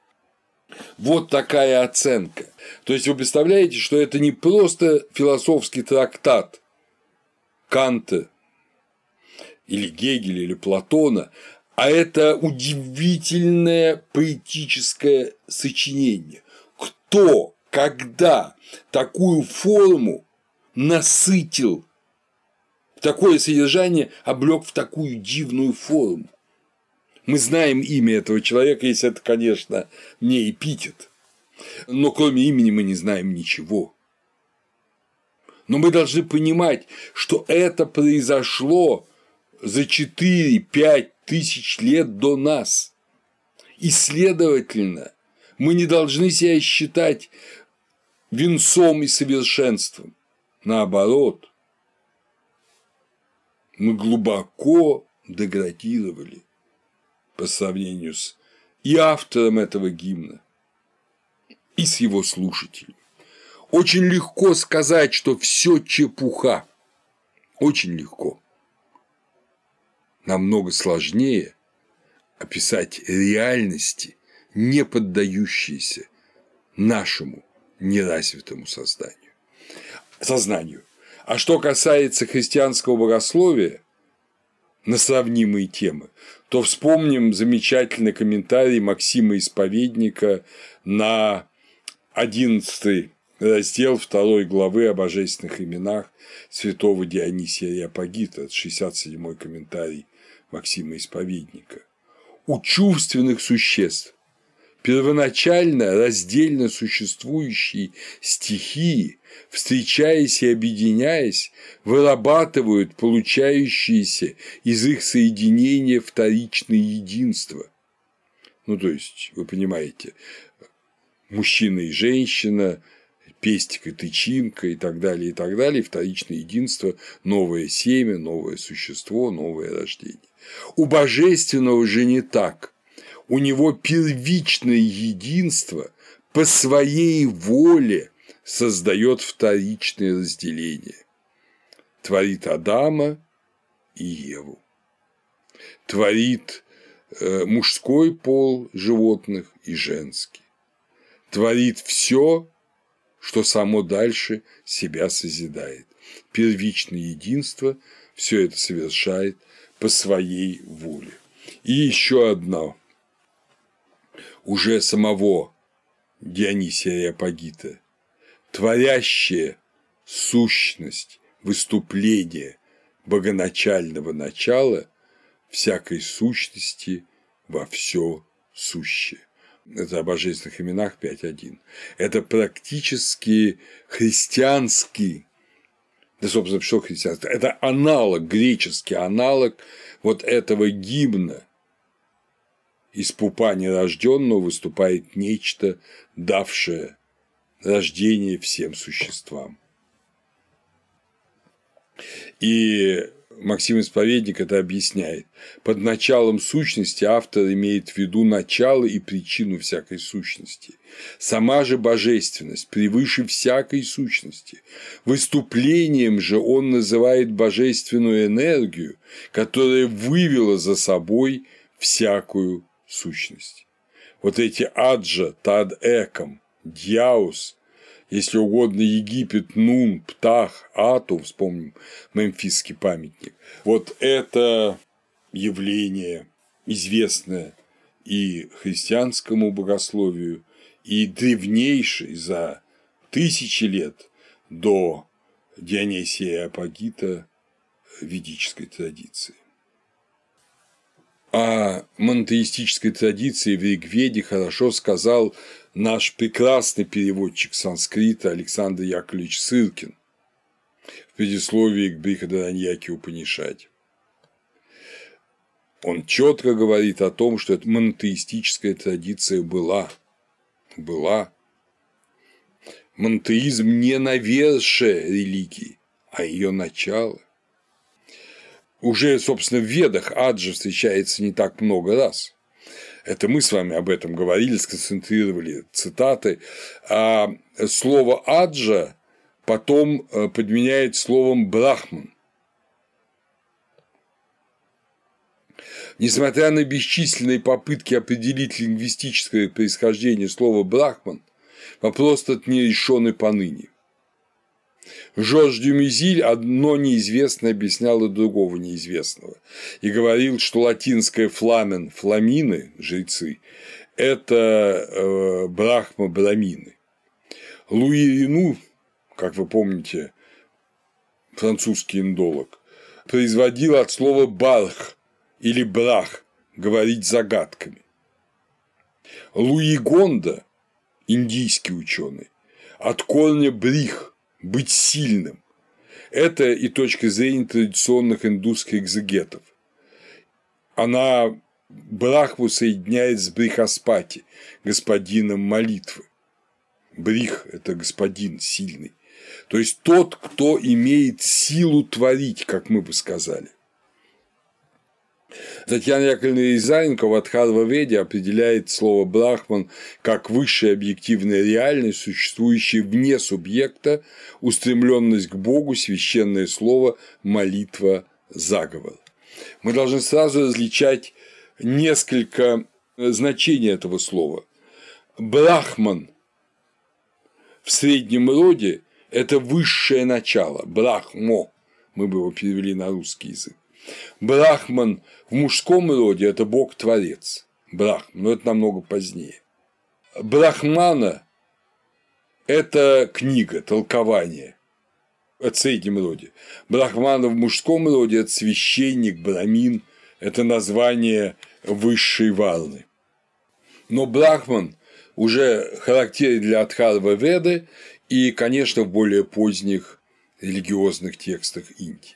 Вот такая оценка. То есть вы представляете, что это не просто философский трактат Канта или Гегеля или Платона, а это удивительное поэтическое сочинение. Кто, когда такую форму насытил, такое содержание облёк в такую дивную форму? Мы знаем имя этого человека, если это, конечно, не эпитет, но кроме имени мы не знаем ничего. Но мы должны понимать, что это произошло за 4-5 тысяч лет до нас. И, следовательно, мы не должны себя считать венцом и совершенством. Наоборот, мы глубоко деградировали по сравнению с и автором этого гимна, и с его слушателями. Очень легко сказать, что все чепуха. Очень легко. Намного сложнее описать реальности, не поддающиеся нашему неразвитому сознанию. А что касается христианского богословия на сравнимые темы, то вспомним замечательный комментарий Максима Исповедника на 11 раздел 2 главы о божественных именах святого Дионисия Ареопагита, 67-й комментарий Максима Исповедника. У чувственных существ первоначально раздельно существующие стихии, встречаясь и объединяясь, вырабатывают получающиеся из их соединения вторичное единство. Ну, то есть, вы понимаете, мужчина и женщина, пестик и тычинка и так далее, вторичное единство, новое семя, новое существо, новое рождение. У божественного же не так. У него первичное единство по своей воле создает вторичное разделение. Творит Адама и Еву. Творит мужской пол животных и женский. Творит все, что само дальше себя созидает. Первичное единство все это совершает по своей воле. И еще одно. Уже самого Дионисия Ареопагита, творящее сущность выступления богоначального начала всякой сущности во все сущее. Это о божественных именах 5.1. Это практически христианский, да, собственно, что христианство? Это аналог, греческий аналог вот этого гимна. Из пупа нерожденного выступает нечто, давшее рождение всем существам. И Максим Исповедник это объясняет. Под началом сущности автор имеет в виду начало и причину всякой сущности. Сама же божественность превыше всякой сущности. Выступлением же он называет божественную энергию, которая вывела за собой всякую сущность. Вот эти аджа, тад эком, дьяус, если угодно, Египет, Нун, Птах, Ату, вспомним мемфисский памятник. Вот это явление, известное и христианскому богословию, и древнейшее за тысячи лет до Дионисия Апогита ведической традиции. О монотеистической традиции в Ригведе хорошо сказал наш прекрасный переводчик санскрита Александр Яковлевич Сыркин в предисловии к Брихадараньяке Упанишаде. Он четко говорит о том, что эта монотеистическая традиция была. Монотеизм не навершие религии, а ее начало. Уже, собственно, в Ведах аджа встречается не так много раз. Это мы с вами об этом говорили, сконцентрировали цитаты. А слово аджа потом подменяет словом брахман. Несмотря на бесчисленные попытки определить лингвистическое происхождение слова брахман, вопрос этот не решен и поныне. Жорж Дюмизиль одно неизвестное объяснял от другого неизвестного и говорил, что латинское фламен – фламины, жрецы – это брахма-брамины. Луи Рену, как вы помните, французский индолог, производил от слова барх или брах – говорить загадками. Луи Гондо, индийский ученый, от корня брих – быть сильным. Это и точка зрения традиционных индусских экзегетов. Она брахму соединяет с брихаспати, господином молитвы. Брих – это господин сильный. То есть тот, кто имеет силу творить, как мы бы сказали. Татьяна Яковлевна Рязаненко в Адхарва-веде определяет слово «брахман» как высшая объективная реальность, существующая вне субъекта, устремленность к Богу, священное слово, молитва, заговор. Мы должны сразу различать несколько значений этого слова. Брахман в среднем роде – это высшее начало, брахмо, мы бы его перевели на русский язык. Брахман в мужском роде – это Бог-творец, Брахм, но это намного позднее. Брахмана – это книга, толкование, это в среднем роде. Брахмана в мужском роде – это священник, брамин, это название высшей варны. Но Брахман уже характерен для Адхарва-веды и, конечно, в более поздних религиозных текстах Индии.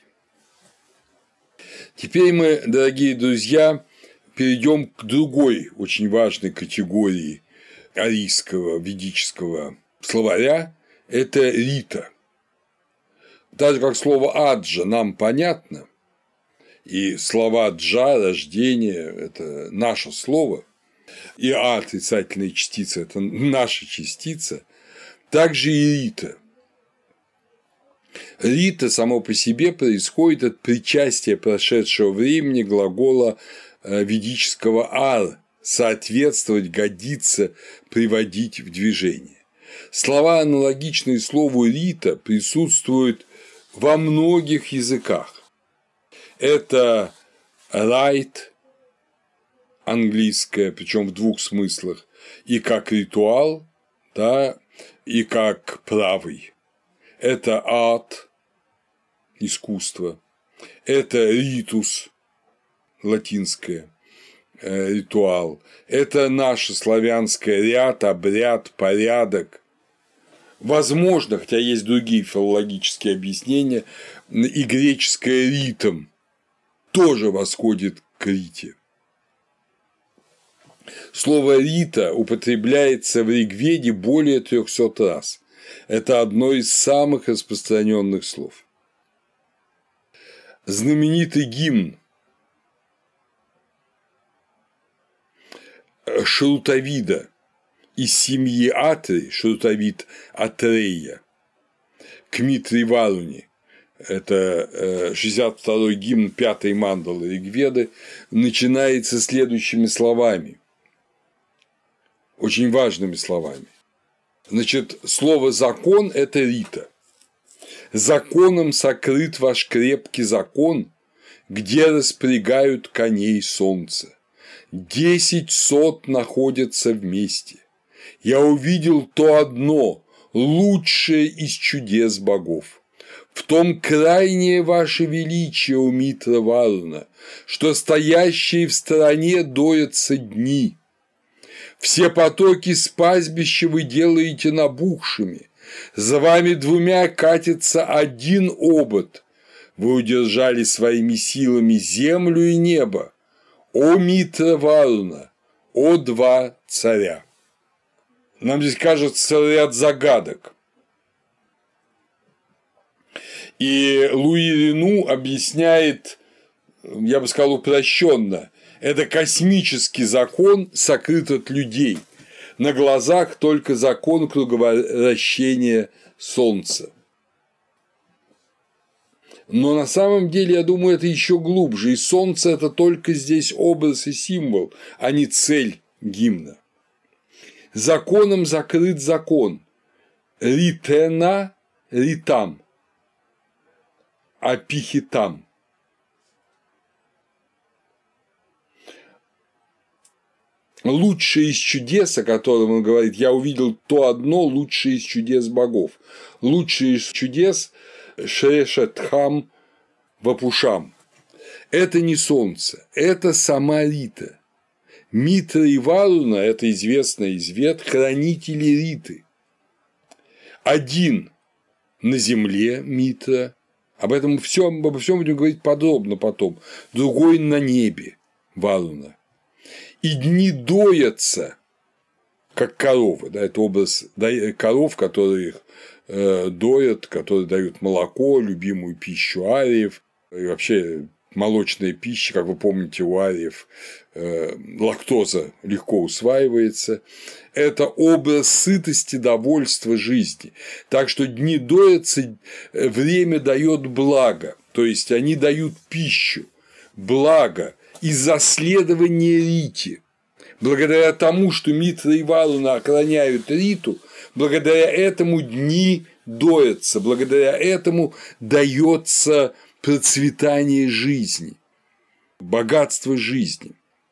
Теперь мы, дорогие друзья, перейдем к другой очень важной категории арийского ведического словаря – это рита. Так же, как слово аджа нам понятно, и слова джа, рождение – это наше слово, и а отрицательная частица – это наша частица, также и рита. Рита само по себе происходит от причастия прошедшего времени глагола ведического ар – соответствовать, годиться, приводить в движение. Слова, аналогичные слову рита, присутствуют во многих языках. Это right, английское, причем в двух смыслах, и как ритуал, да, и как правый. это ад, искусство, это ритус, латинское, ритуал, это наше славянское ряд, обряд, порядок. Возможно, хотя есть другие филологические объяснения, и греческое ритм тоже восходит к рите. Слово «рита» употребляется в Ригведе более 300 раз. Это одно из самых распространенных слов. Знаменитый гимн Шрутавида из семьи Атри, Шрутавид Атрея, к Митре Варуне, это 62-й гимн 5-й мандалы Ригведы, начинается следующими словами, очень важными словами. Значит, слово «закон» – это рита. «Законом сокрыт ваш крепкий закон, где распрягают коней солнца. 10 сот находятся вместе. Я увидел то одно, лучшее из чудес богов. В том крайнее ваше величие, у Митра Варуна, что стоящие в стороне доятся дни. Все потоки с пастбища вы делаете набухшими, за вами двумя катится один обод. Вы удержали своими силами землю и небо. О Митра Варуна, о два царя! Нам здесь кажется ряд загадок. И Луи Рену объясняет, я бы сказал, упрощенно, это космический закон, сокрыт от людей. На глазах только закон круговращения Солнца. Но на самом деле, я думаю, это еще глубже. И Солнце – это только здесь образ и символ, а не цель гимна. Законом закрыт закон. Ритена – ритам, апихитам. Лучшее из чудес, о котором он говорит, я увидел то одно лучшее из чудес богов. Лучшее из чудес Шрешетхам Вапушам. Это не солнце, это сама Рита. Митра и Варуна – это известный из Вед, хранители Риты. Один на земле Митра, обо всем будем говорить подробно потом, другой на небе Варуна. И дни доятся, как коровы, да, это образ коров, которые их доят, которые дают молоко, любимую пищу ариев, и вообще молочная пища, как вы помните, у ариев лактоза легко усваивается. Это образ сытости, довольства жизни. Так что дни доятся, время дает благо, то есть они дают пищу, благо из-за следования Рите. Благодаря тому, что Митра и Варуна охраняют Риту, благодаря этому дни доятся, благодаря этому дается процветание жизни, богатство жизни.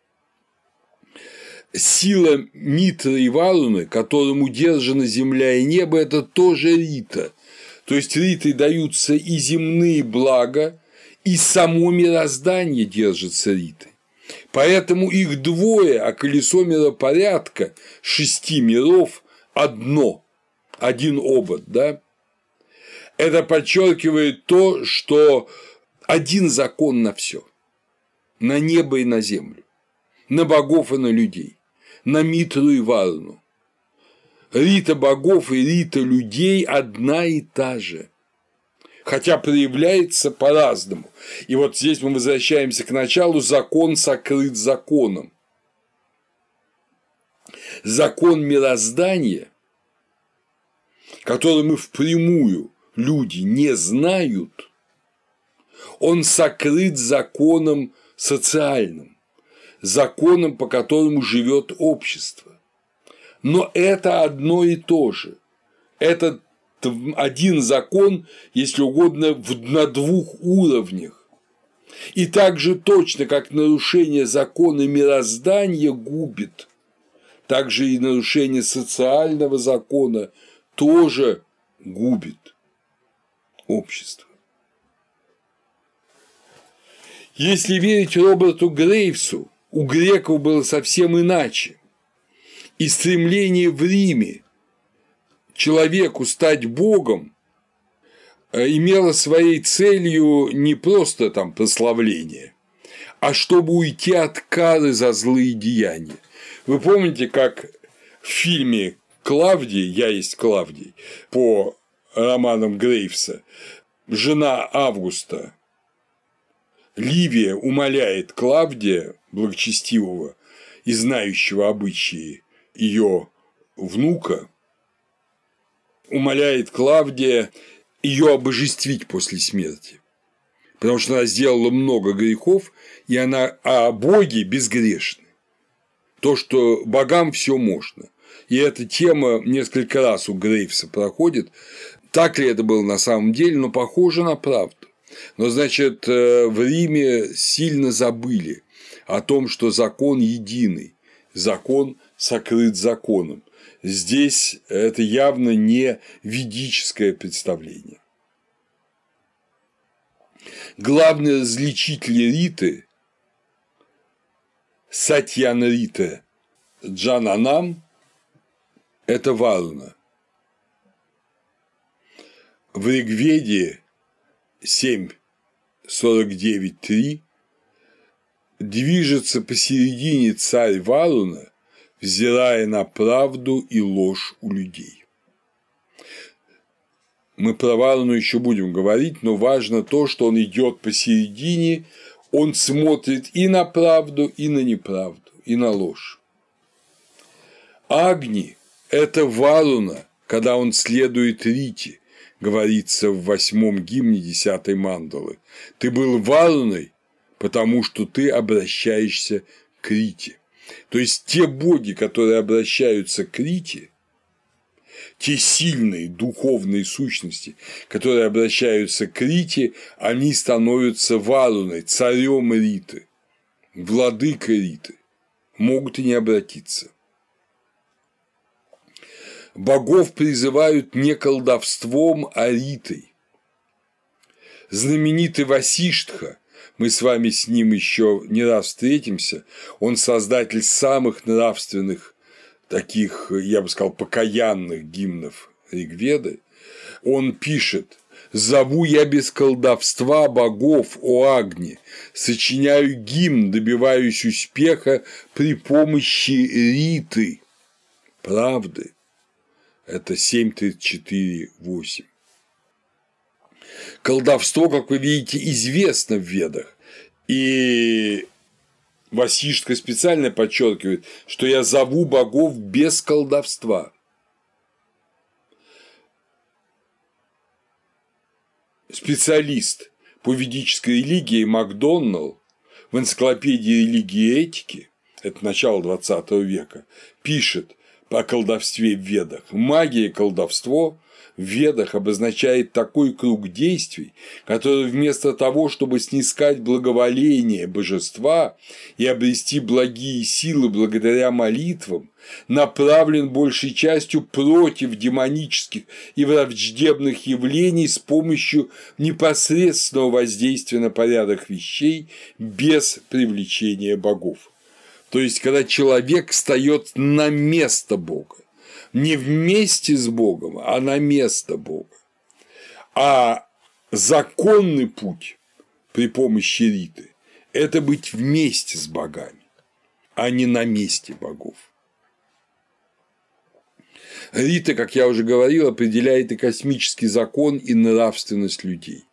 Сила Митры и Варуны, которым удержана земля и небо, это тоже Рита. То есть Ритой даются и земные блага, и само мироздание держится Ритой. Поэтому их двое, а колесо миропорядка 6 миров одно, один обод, да? Это подчеркивает то, что один закон на все, на небо и на землю, на богов и на людей, на Митру и Варуну. Рита богов и Рита людей одна и та же, хотя проявляется по-разному. И вот здесь мы возвращаемся к началу: закон сокрыт законом. Закон мироздания, который мы впрямую люди не знают, он сокрыт законом социальным, законом, по которому живет общество. Но это одно и то же. Это один закон, если угодно, на двух уровнях. И так же точно, как нарушение закона мироздания губит, так же и нарушение социального закона тоже губит. общества. Если верить Роберту Грейвсу, у греков было совсем иначе. И стремление в Риме человеку стать богом имело своей целью не просто там прославление, а чтобы уйти от кары за злые деяния. Вы помните, как в фильме «Клавдий», «Я есть Клавдий», по романам Грейвса, жена Августа Ливия умоляет Клавдия, благочестивого и знающего обычаи ее внука, умоляет Клавдия ее обожествить после смерти, потому что она сделала много грехов, и она, а боги безгрешны. То, что богам все можно. И эта тема несколько раз у Грейвса проходит. Так ли это было на самом деле, но похоже на правду. Но, значит, в Риме сильно забыли о том, что закон единый, закон сокрыт законом. Здесь это явно не ведическое представление. Главный различитель риты Сатьяна Рита Джананам – это Варуна. В Ригведе 7.49.3 движется посередине царь Варуна, взирая на правду и ложь у людей. Мы про Варуну еще будем говорить, но важно то, что он идет посередине, он смотрит и на правду, и на неправду, и на ложь. Агни – это Варуна, когда он следует Рите, говорится в 8-м гимне 10-й мандалы. Ты был Варуной, потому что ты обращаешься к Рите. То есть те боги, которые обращаются к Рите, те сильные духовные сущности, которые обращаются к Рите, они становятся Варуной, царем Риты, владыкой Риты, могут и не обратиться. Богов призывают не колдовством, а Ритой. Знаменитый Васиштха, мы с вами с ним еще не раз встретимся, он создатель самых нравственных, таких, я бы сказал, покаянных гимнов Ригведы, он пишет: «Зову я без колдовства богов, о Агни, сочиняю гимн, добиваюсь успеха при помощи Риты, правды». Это 7.34.8. Колдовство, как вы видите, известно в Ведах, и Васиштха специально подчеркивает, что я зову богов без колдовства. Специалист по ведической религии Макдоналл в энциклопедии религии и этики, это начало XX века, пишет о колдовстве в Ведах. Магия и колдовство в Ведах обозначает такой круг действий, который вместо того, чтобы снискать благоволение божества и обрести благие силы благодаря молитвам, направлен большей частью против демонических и враждебных явлений с помощью непосредственного воздействия на порядок вещей без привлечения богов. То есть, когда человек встает на место Бога, не вместе с Богом, а на место Бога. А законный путь при помощи Риты – это быть вместе с богами, а не на месте богов. Рита, как я уже говорил, определяет и космический закон, и нравственность людей.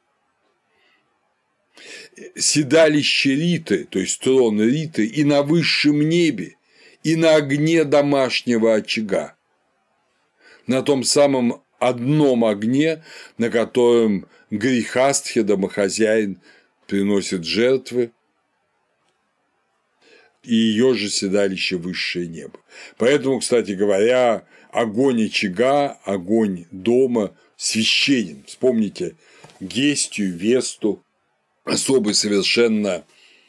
Седалище Риты, то есть трон Риты, и на высшем небе, и на огне домашнего очага, на том самом одном огне, на котором Грихастхи, домохозяин, приносит жертвы, и ее же седалище высшее небо. Поэтому, кстати говоря, огонь очага, огонь дома священен. Вспомните Гестию, Весту, особый совершенно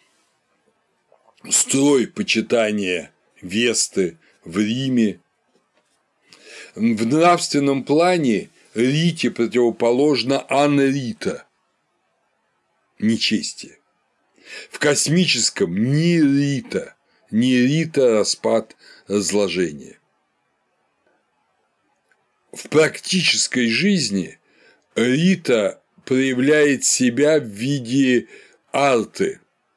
строй почитания Весты в Риме. В нравственном плане Рите противоположно анрита – нечестие. В космическом нирита – распад, разложение. В практической жизни рита проявляет себя в виде арты.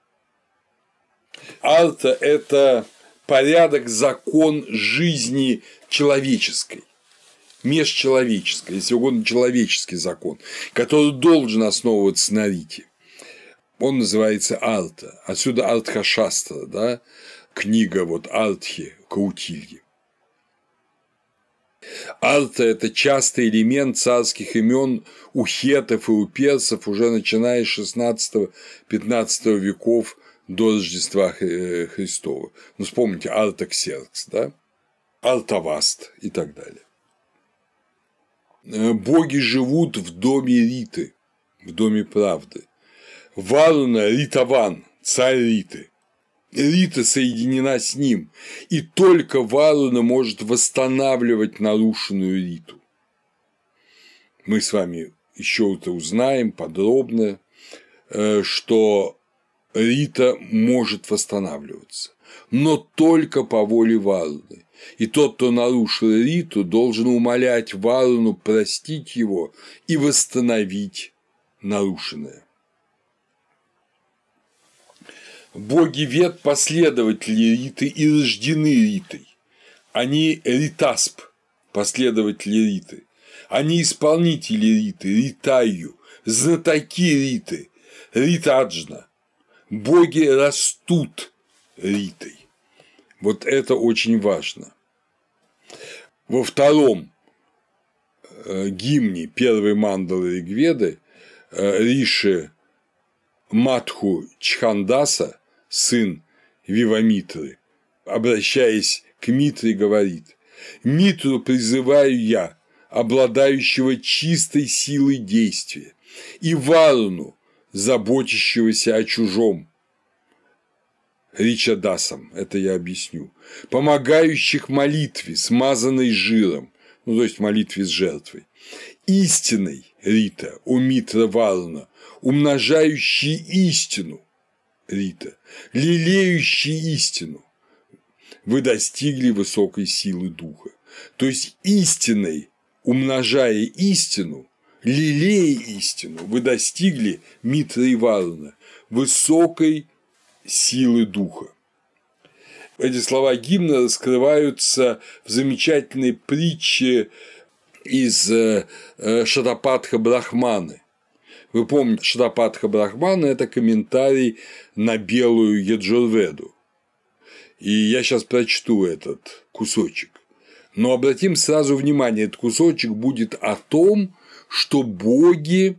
Арта – это порядок, закон жизни человеческой, межчеловеческой, если угодно, человеческий закон, который должен основываться на рите. Он называется арта. Отсюда Артха-шастра, да? Книга вот Артхи Каутильи. Арта – это частый элемент царских имен у хетов и у персов уже начиная с 16-15 веков до Рождества Христова. Ну, вспомните Артаксеркс, да? Артаваст и так далее. Боги живут в доме Риты, в доме правды. Варуна – Ритаван, царь Риты. Рита соединена с ним, и только Варуна может восстанавливать нарушенную Риту. Мы с вами еще это узнаем подробно, что Рита может восстанавливаться, но только по воле Варуны. И тот, кто нарушил Риту, должен умолять Варуну простить его и восстановить нарушенное. Боги Вед – последователи Риты и рождены Ритой. Они ритасп, последователи Риты. Они исполнители Риты, ритаю, знатоки Риты, ритаджна. Боги растут Ритой. Вот это очень важно. Во втором гимне первой мандалы Ригведы Риши Матху Чхандаса, сын Вивамитры, обращаясь к Митре, говорит: «Митру призываю я, обладающего чистой силой действия, и Варуну, заботящегося о чужом, Ричадасам, это я объясню, помогающих молитве, смазанной жиром, ну, то есть молитве с жертвой, истинной, Рита, у Митра Варуна, умножающий истину, Рита, лелеющий истину, вы достигли высокой силы духа. То есть истиной, умножая истину, лелея истину, вы достигли, Митра и Варуна, высокой силы духа. Эти слова гимна раскрываются в замечательной притче из Шатапатха Брахманы. Вы помните, Шатапатха Брахмана – это комментарий на белую Яджурведу. И я сейчас прочту этот кусочек. Но обратим сразу внимание, этот кусочек будет о том, что боги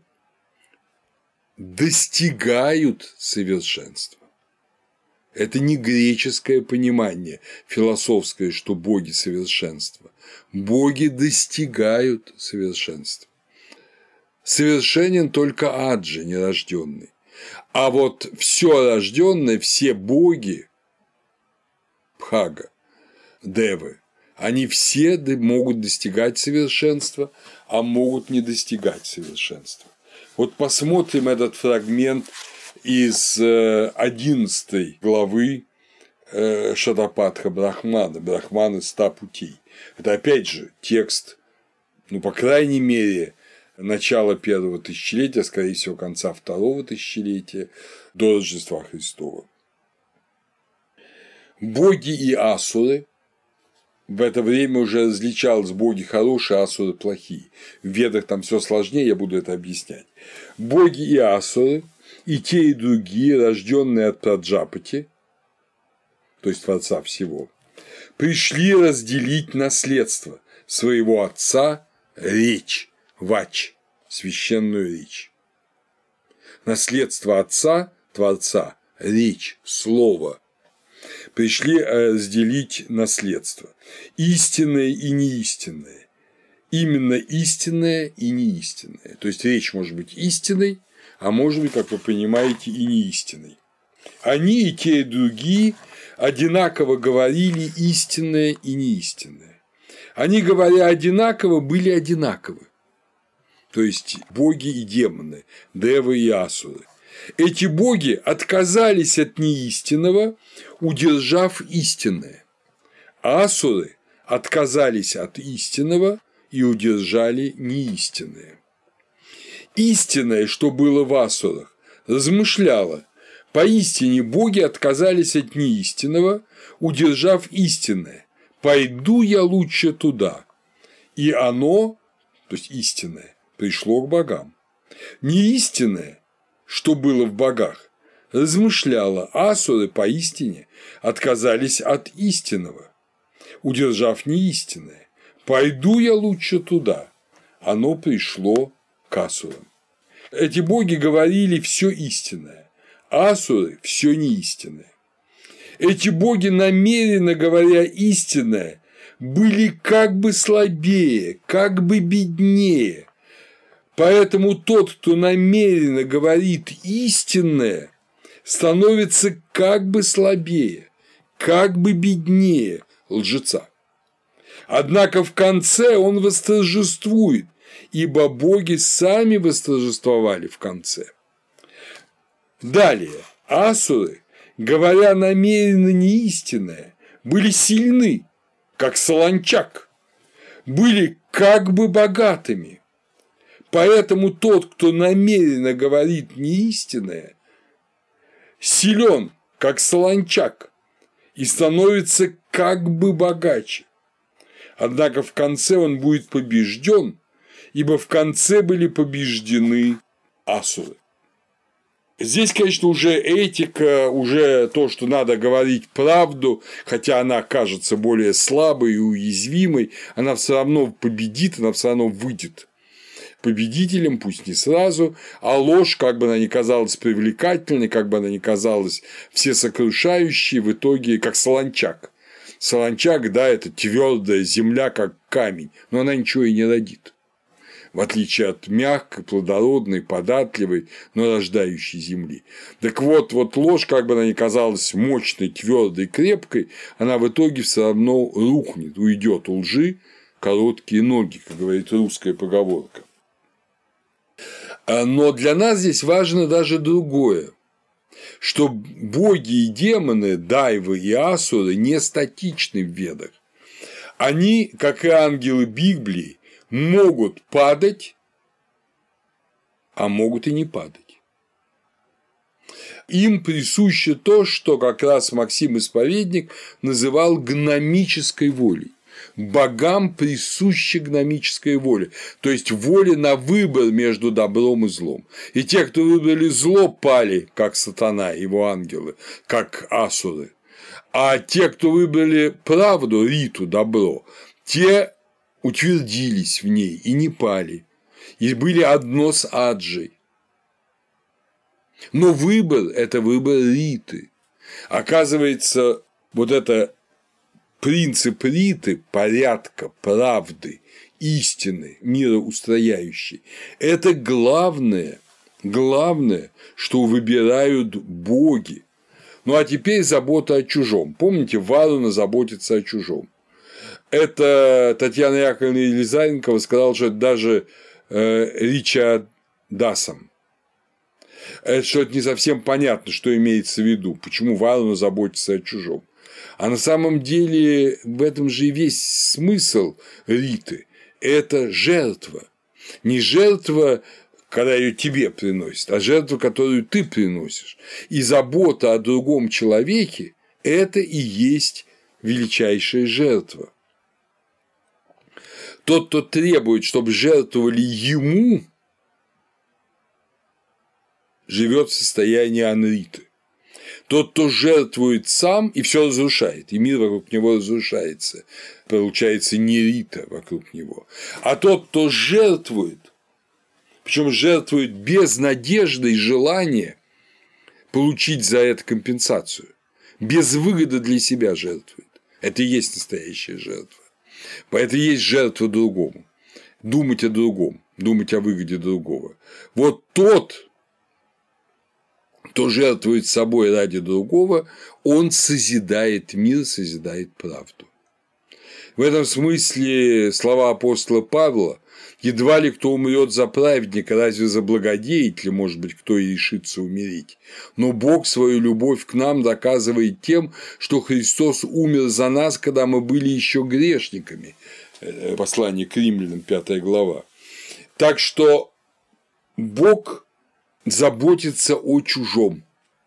достигают совершенства. Это не греческое понимание философское, что боги совершенства. Боги достигают совершенства. Совершенен только Аджи, нерожденный. А вот все рожденное, все боги, Бхага, Девы, они все могут достигать совершенства, а могут не достигать совершенства. Вот посмотрим этот фрагмент из 11 главы Шатапатха Брахмана, Брахманы 100 путей. Это опять же текст, ну, по крайней мере, начала первого тысячелетия, скорее всего, конца второго тысячелетия до Рождества Христова. Боги и асуры. В это время уже различалось боги хорошие, асуры плохие. В Ведах там все сложнее, я буду это объяснять. Боги и асуры, и те, и другие, рожденные от Праджапати, то есть Творца всего, пришли разделить наследство своего отца, речь, вач, священную речь. Наследство отца, Творца, речь, слово. Пришли разделить наследство. Истинное и неистинное. Именно истинное и неистинное. То есть речь может быть истинной, а может быть, как вы понимаете, и неистинной. Они и те, и другие одинаково говорили истинное и неистинное. Они, говоря одинаково, были одинаковы. то есть боги и демоны, девы и асуры. Эти боги отказались от неистинного, удержав истинное. Асуры отказались от истинного и удержали неистинное. Истинное, что было в асурах, размышляло: поистине боги отказались от неистинного, удержав истинное. Пойду я лучше туда. И оно, то есть истинное, пришло к богам. Неистинное, что было в богах, размышляло: асуры поистине отказались от истинного, удержав неистинное. Пойду я лучше туда. Оно пришло к асурам. Эти боги говорили все истинное, асуры – все неистинное. Эти боги, намеренно говоря истинное, были как бы слабее, как бы беднее. Поэтому тот, кто намеренно говорит истинное, становится как бы слабее, как бы беднее лжеца. Однако в конце он восторжествует, ибо боги сами восторжествовали в конце. Далее, асуры, говоря намеренно неистинное, были сильны, как солончак, были как бы богатыми. Поэтому тот, кто намеренно говорит неистинное, силен, как солончак, и становится как бы богаче. Однако в конце он будет побежден, ибо в конце были побеждены асуры. Здесь, конечно, уже этика, уже то, что надо говорить правду, хотя она кажется более слабой и уязвимой, она все равно победит, она все равно выйдет победителем, пусть не сразу, а ложь, как бы она ни казалась привлекательной, как бы она ни казалась всесокрушающей, в итоге как солончак. Солончак, да, это твердая земля, как камень, но она ничего и не родит. В отличие от мягкой, плодородной, податливой, но рождающей земли. Так вот ложь, как бы она ни казалась мощной, твердой, крепкой, она в итоге все равно рухнет, уйдет у лжи короткие ноги, как говорит русская поговорка. Но для нас здесь важно даже другое, что боги и демоны, дайвы и асуры не статичны в Ведах. Они, как и ангелы Библии, могут падать, а могут и не падать. Им присуще то, что как раз Максим Исповедник называл гномической волей. Богам присуща гномическая воля, то есть воля на выбор между добром и злом. И те, кто выбрали зло, пали, как сатана и его ангелы, как асуры. А те, кто выбрали правду, риту, добро, те утвердились в ней и не пали, и были одно с Аджей. Но выбор – это выбор риты. Оказывается, вот это принцип риты, порядка, правды, истины, мироустрояющей – это главное, что выбирают боги. Ну а теперь забота о чужом. Помните, Варуна заботится о чужом. Это Татьяна Яковлевна Елизаренкова сказала, что это даже Ричард Дасом. Что это не совсем понятно, что имеется в виду, почему Варуна заботится о чужом. А на самом деле в этом же и весь смысл риты – это жертва. Не жертва, когда ее тебе приносят, а жертва, которую ты приносишь. И забота о другом человеке – это и есть величайшая жертва. Тот, кто требует, чтобы жертвовали ему, живет в состоянии анриты. Тот, кто жертвует сам, и все разрушает, и мир вокруг него разрушается, получается не рита вокруг него. А тот, кто жертвует, причем жертвует без надежды и желания получить за это компенсацию, без выгоды для себя жертвует, это и есть настоящая жертва. Это и есть жертва другому. Думать о другом, думать о выгоде другого. Вот тот, кто жертвует собой ради другого, он созидает мир, созидает правду. В этом смысле слова апостола Павла Едва ли кто умрет за праведника, разве за благодетеля, может быть, кто и решится умереть. Но Бог свою любовь к нам доказывает тем, что Христос умер за нас, когда мы были еще грешниками. Послание к Римлянам, 5 глава. Так что Бог заботится о чужом,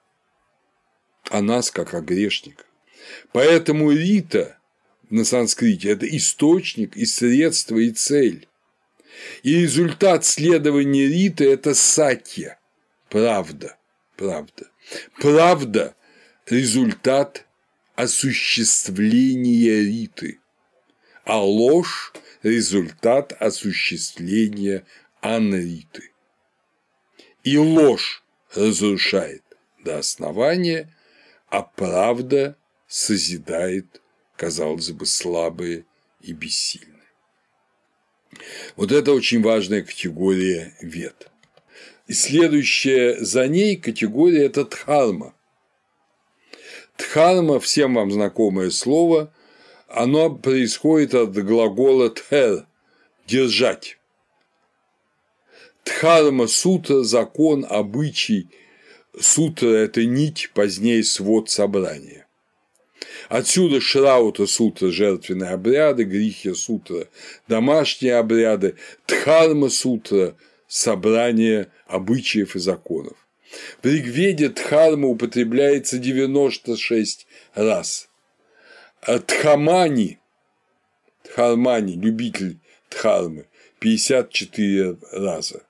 о нас, как о грешниках. Поэтому рита на санскрите – это источник, и средство, и цель. И результат следования риты – это сатья, правда, правда. Правда – результат осуществления риты, а ложь – результат осуществления анриты. И ложь разрушает до основания, а правда созидает, казалось бы, слабые и бессильные. Вот это очень важная категория вед. И следующая за ней категория – это дхарма. Дхарма, всем вам знакомое слово, оно происходит от глагола дхер – держать. Дхарма – сутра, закон, обычай. Сутра – это нить, позднее свод собрания. Отсюда Шраута сутра – жертвенные обряды, Грихья сутра – домашние обряды, Дхарма сутра – собрание обычаев и законов. В Ригведе Дхарма употребляется 96 раз. Дхамани, любитель Дхармы, 54 раза.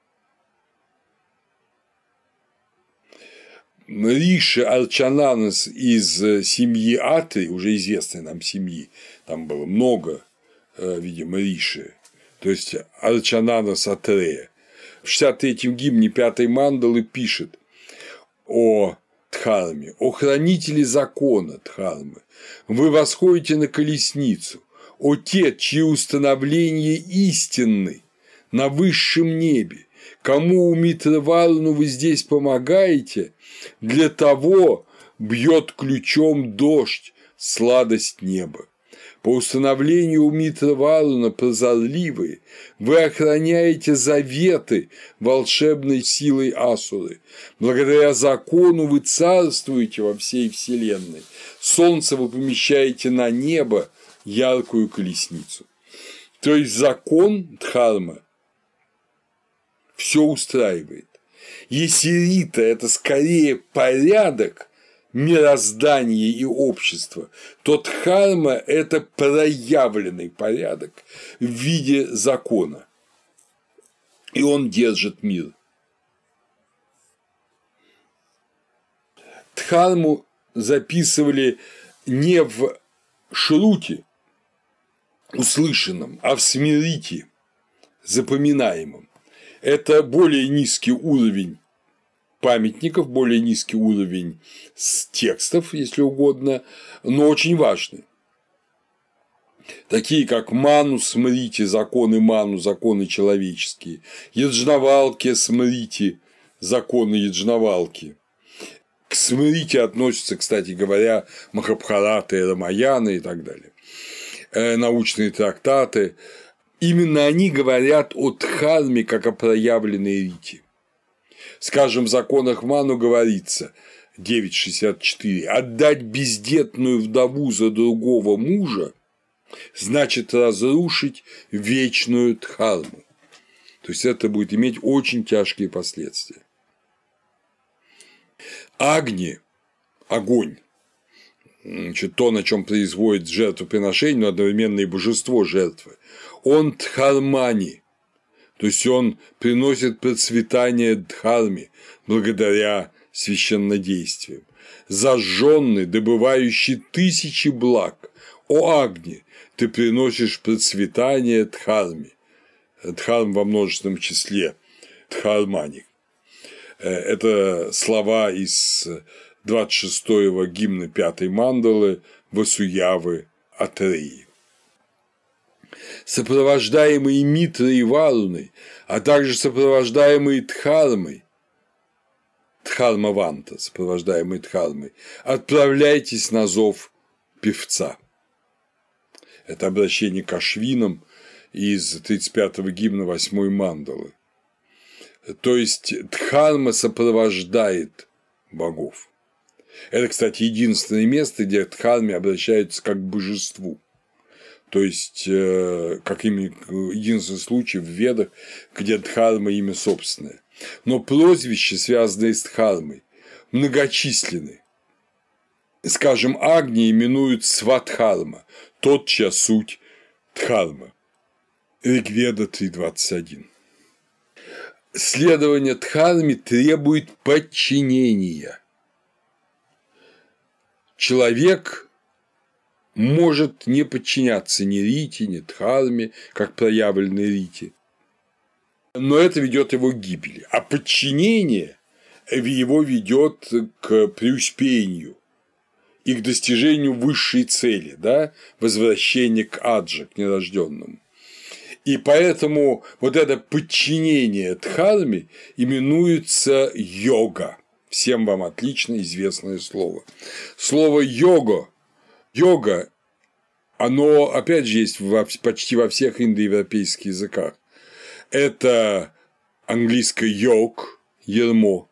Риши Арчананас из семьи Атри, уже известной нам семьи, там было много, видимо, Риши, то есть Арчананас Атрея, в 63-м гимне 5-й мандалы пишет о Дхарме: «О хранители закона Дхармы, вы восходите на колесницу, о те, чьи установления истинны на высшем небе, кому у Митрварну вы здесь помогаете, для того бьет ключом дождь, сладость неба. По установлению у Митрварна прозорливые, вы охраняете заветы волшебной силой Асуры. Благодаря закону вы царствуете во всей вселенной. Солнце вы помещаете на небо, яркую колесницу». То есть закон Дхарма все устраивает. Если рита – это скорее порядок, мироздание и общество, то дхарма – это проявленный порядок в виде закона, и он держит мир. Дхарму записывали не в шруте, услышанном, а в смирите, запоминаемом. Это более низкий уровень памятников, более низкий уровень текстов, если угодно, но очень важный. Такие как Ману Смрити, законы Ману, законы человеческие, Яджнавалки Смрити, законы Яджнавалки. К Смрити относятся, кстати говоря, Махабхарата, Рамаяна и так далее, научные трактаты. Именно они говорят о дхарме как о проявленной рите. Скажем, в законах Ману говорится 9.64: «Отдать бездетную вдову за другого мужа значит разрушить вечную дхарму». То есть это будет иметь очень тяжкие последствия. Агни – огонь. Значит, то, на чем производит жертвоприношение, но одновременно и божество жертвы. Он дхармани, то есть он приносит процветание дхарме благодаря священнодействиям. Зажженный, добывающий тысячи благ. О Агни, ты приносишь процветание дхарме. Дхарм во множественном числе, дхармани. Это слова из 26-го гимна 5-й мандалы Васуявы Атреи. Сопровождаемые Митрой и Варуной, а также сопровождаемые Дхармой, Дхармаванта, сопровождаемый Дхармой, отправляйтесь на зов певца. Это обращение к ашвинам из 35-го гимна 8-й мандалы. То есть Дхарма сопровождает богов. Это, кстати, единственное место, где к Дхарме обращаются как к божеству. То есть, как имя, единственный случай в Ведах, где Дхарма имя собственное. Но прозвища, связанные с Дхармой, многочисленны. Скажем, Агни именуют Сватхарма, тот, чья суть Дхарма. Ригведа 3.21. Следование Дхарме требует подчинения. Человек может не подчиняться ни Рите, ни Дхарме, как проявленной Рите, но это ведет его к гибели. А подчинение его ведет к преуспению и к достижению высшей цели, да, возвращения к аджа, к нерожденному. И поэтому вот это подчинение Дхарме именуется йога. Всем вам отлично известное слово. Слово йога, оно, опять же, есть почти во всех индоевропейских языках. Это английское йог, ермо.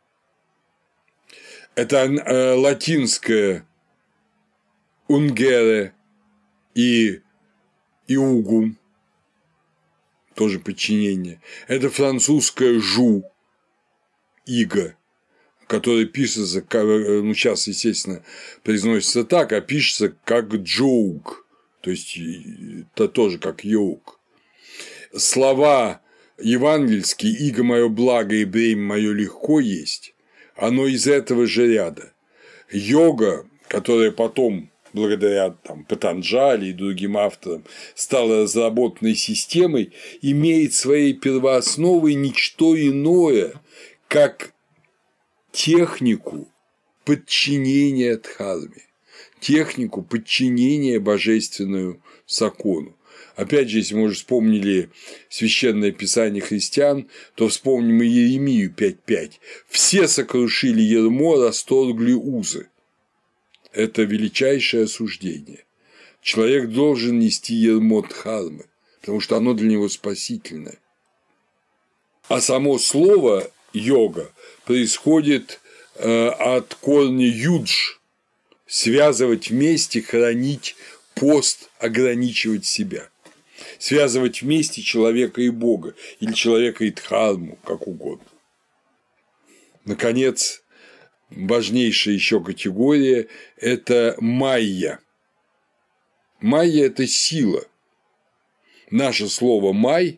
Это латинское унгере и иугум, тоже подчинение. Это французское жу, иго, которое пишется, ну, сейчас, естественно, произносится так, а пишется как джоук, то есть это тоже как йог. Слова евангельские «иго мое благо и бремя мое легко» есть, оно из этого же ряда. Йога, которая потом, благодаря Патанджали и другим авторам, стала разработанной системой, имеет своей первоосновой ничто иное, как технику подчинения Дхарме, технику подчинения божественному закону. Опять же, если мы уже вспомнили священное писание христиан, то вспомним и Иеремию 5.5. «Все сокрушили ярмо, расторгли узы». Это величайшее осуждение. Человек должен нести ярмо Дхармы, потому что оно для него спасительное. А само слово йога происходит от корня юдж – связывать вместе, хранить пост, ограничивать себя. Связывать вместе человека и Бога, или человека и Дхарму, как угодно. Наконец, важнейшая еще категория – это майя. Майя – это сила. Наше слово май,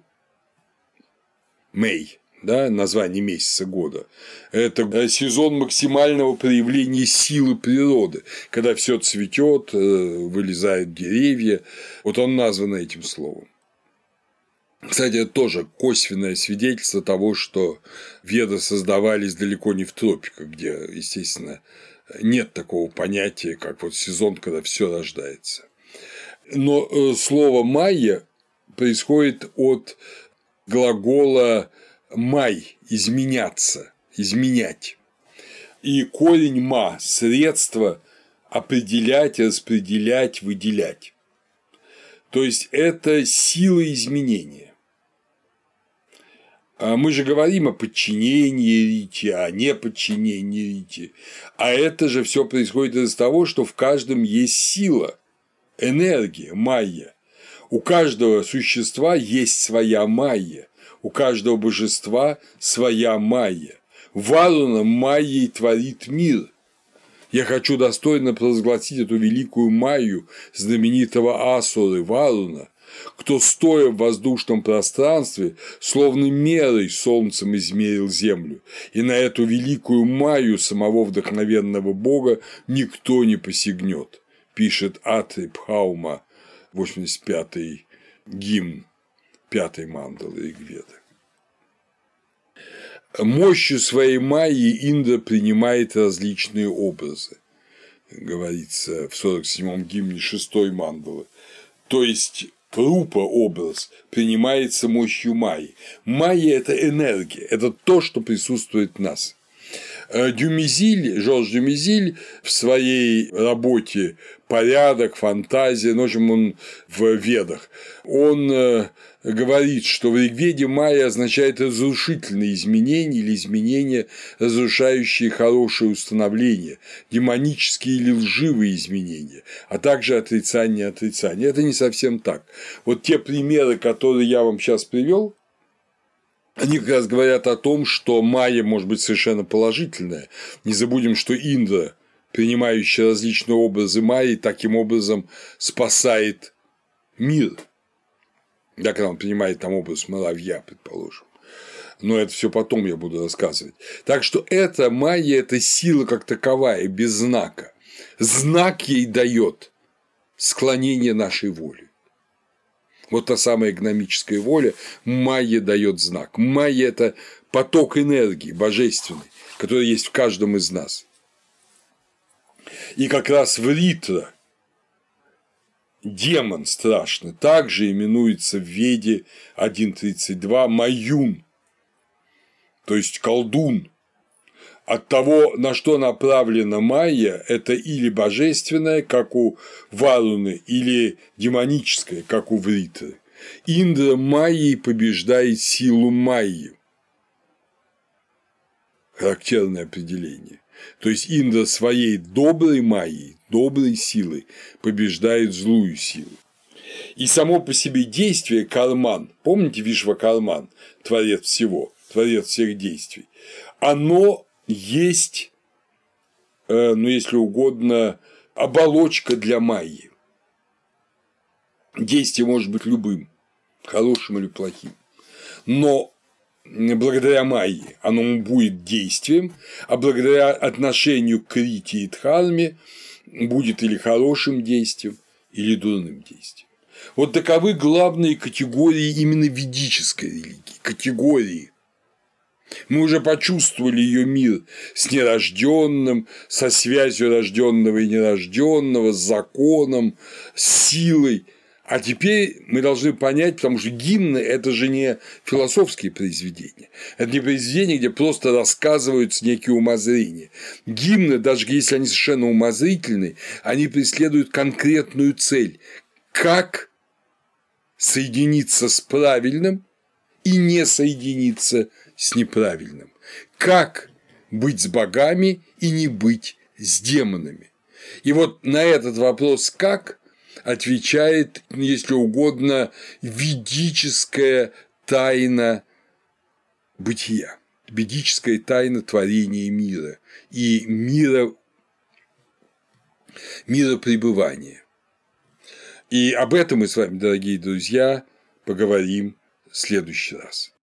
мэй, да, название месяца года, это сезон максимального проявления силы природы, когда все цветет, вылезают деревья. Вот он назван этим словом. Кстати, это тоже косвенное свидетельство того, что Веды создавались далеко не в тропиках, где, естественно, нет такого понятия, как вот сезон, когда все рождается. Но слово майя происходит от глагола май – изменяться, изменять. И корень ма – средство определять, распределять, выделять. То есть это сила изменения. Мы же говорим о подчинении Рите, о неподчинении Рите. А это же все происходит из-за того, что в каждом есть сила, энергия, майя. У каждого существа есть своя майя. У каждого божества своя майя. Варуна майей творит мир. Я хочу достойно провозгласить эту великую майю знаменитого Асуры Варуна, кто, стоя в воздушном пространстве, словно мерой солнцем измерил землю, и на эту великую майю самого вдохновенного бога никто не посягнет, пишет Атри Бхаума, 85-й гимн 5-й мандалы Ригведы. Мощью своей майи Индра принимает различные образы, говорится в 47-м гимне 6-й мандалы. То есть рупа образ принимается мощью майи. Майя – это энергия, это то, что присутствует в нас. Жорж Дюмизиль в своей работе «Порядок, фантазия», в общем, он в Ведах, он говорит, что в Ригведе майя означает разрушительные изменения или изменения, разрушающие хорошее установление, демонические или лживые изменения, а также отрицание отрицания. Это не совсем так. Вот те примеры, которые я вам сейчас привел, они как раз говорят о том, что майя может быть совершенно положительная. Не забудем, что Индра, принимающая различные образы майи, таким образом спасает мир. Да, когда он принимает там образ муравья, предположим. Но это все потом я буду рассказывать. Так что эта майя – это сила как таковая, без знака. Знак ей дает склонение нашей воли. Вот та самая гномическая воля, майя дает знак. Майя – это поток энергии божественной, который есть в каждом из нас. И как раз в Ритра демон страшный также именуется в Веде 1.32 Маюн, то есть колдун. От того, на что направлена майя, это или божественное, как у Варуны, или демоническое, как у Вритры. Индра майей побеждает силу майи. Характерное определение. То есть Индра своей доброй майей, доброй силой побеждает злую силу. И само по себе действие карман, помните Вишвакарман, творец всего, творец всех действий, оно есть, ну, если угодно, оболочка для майи. Действие может быть любым, хорошим или плохим, но благодаря майе оно будет действием, а благодаря отношению к Рите и Дхарме будет или хорошим действием, или дурным действием. Вот таковы главные категории именно ведической религии. Категории. Мы уже почувствовали ее мир с нерожденным, со связью рожденного и нерожденного, с законом, с силой. А теперь мы должны понять, потому что гимны – это же не философские произведения, это не произведения, где просто рассказываются некие умозрения. Гимны, даже если они совершенно умозрительные, они преследуют конкретную цель – как соединиться с правильным и не соединиться с неправильным, как быть с богами и не быть с демонами. И вот на этот вопрос «как» отвечает, если угодно, ведическая тайна бытия, ведическая тайна творения мира и миропребывания. И об этом мы с вами, дорогие друзья, поговорим в следующий раз.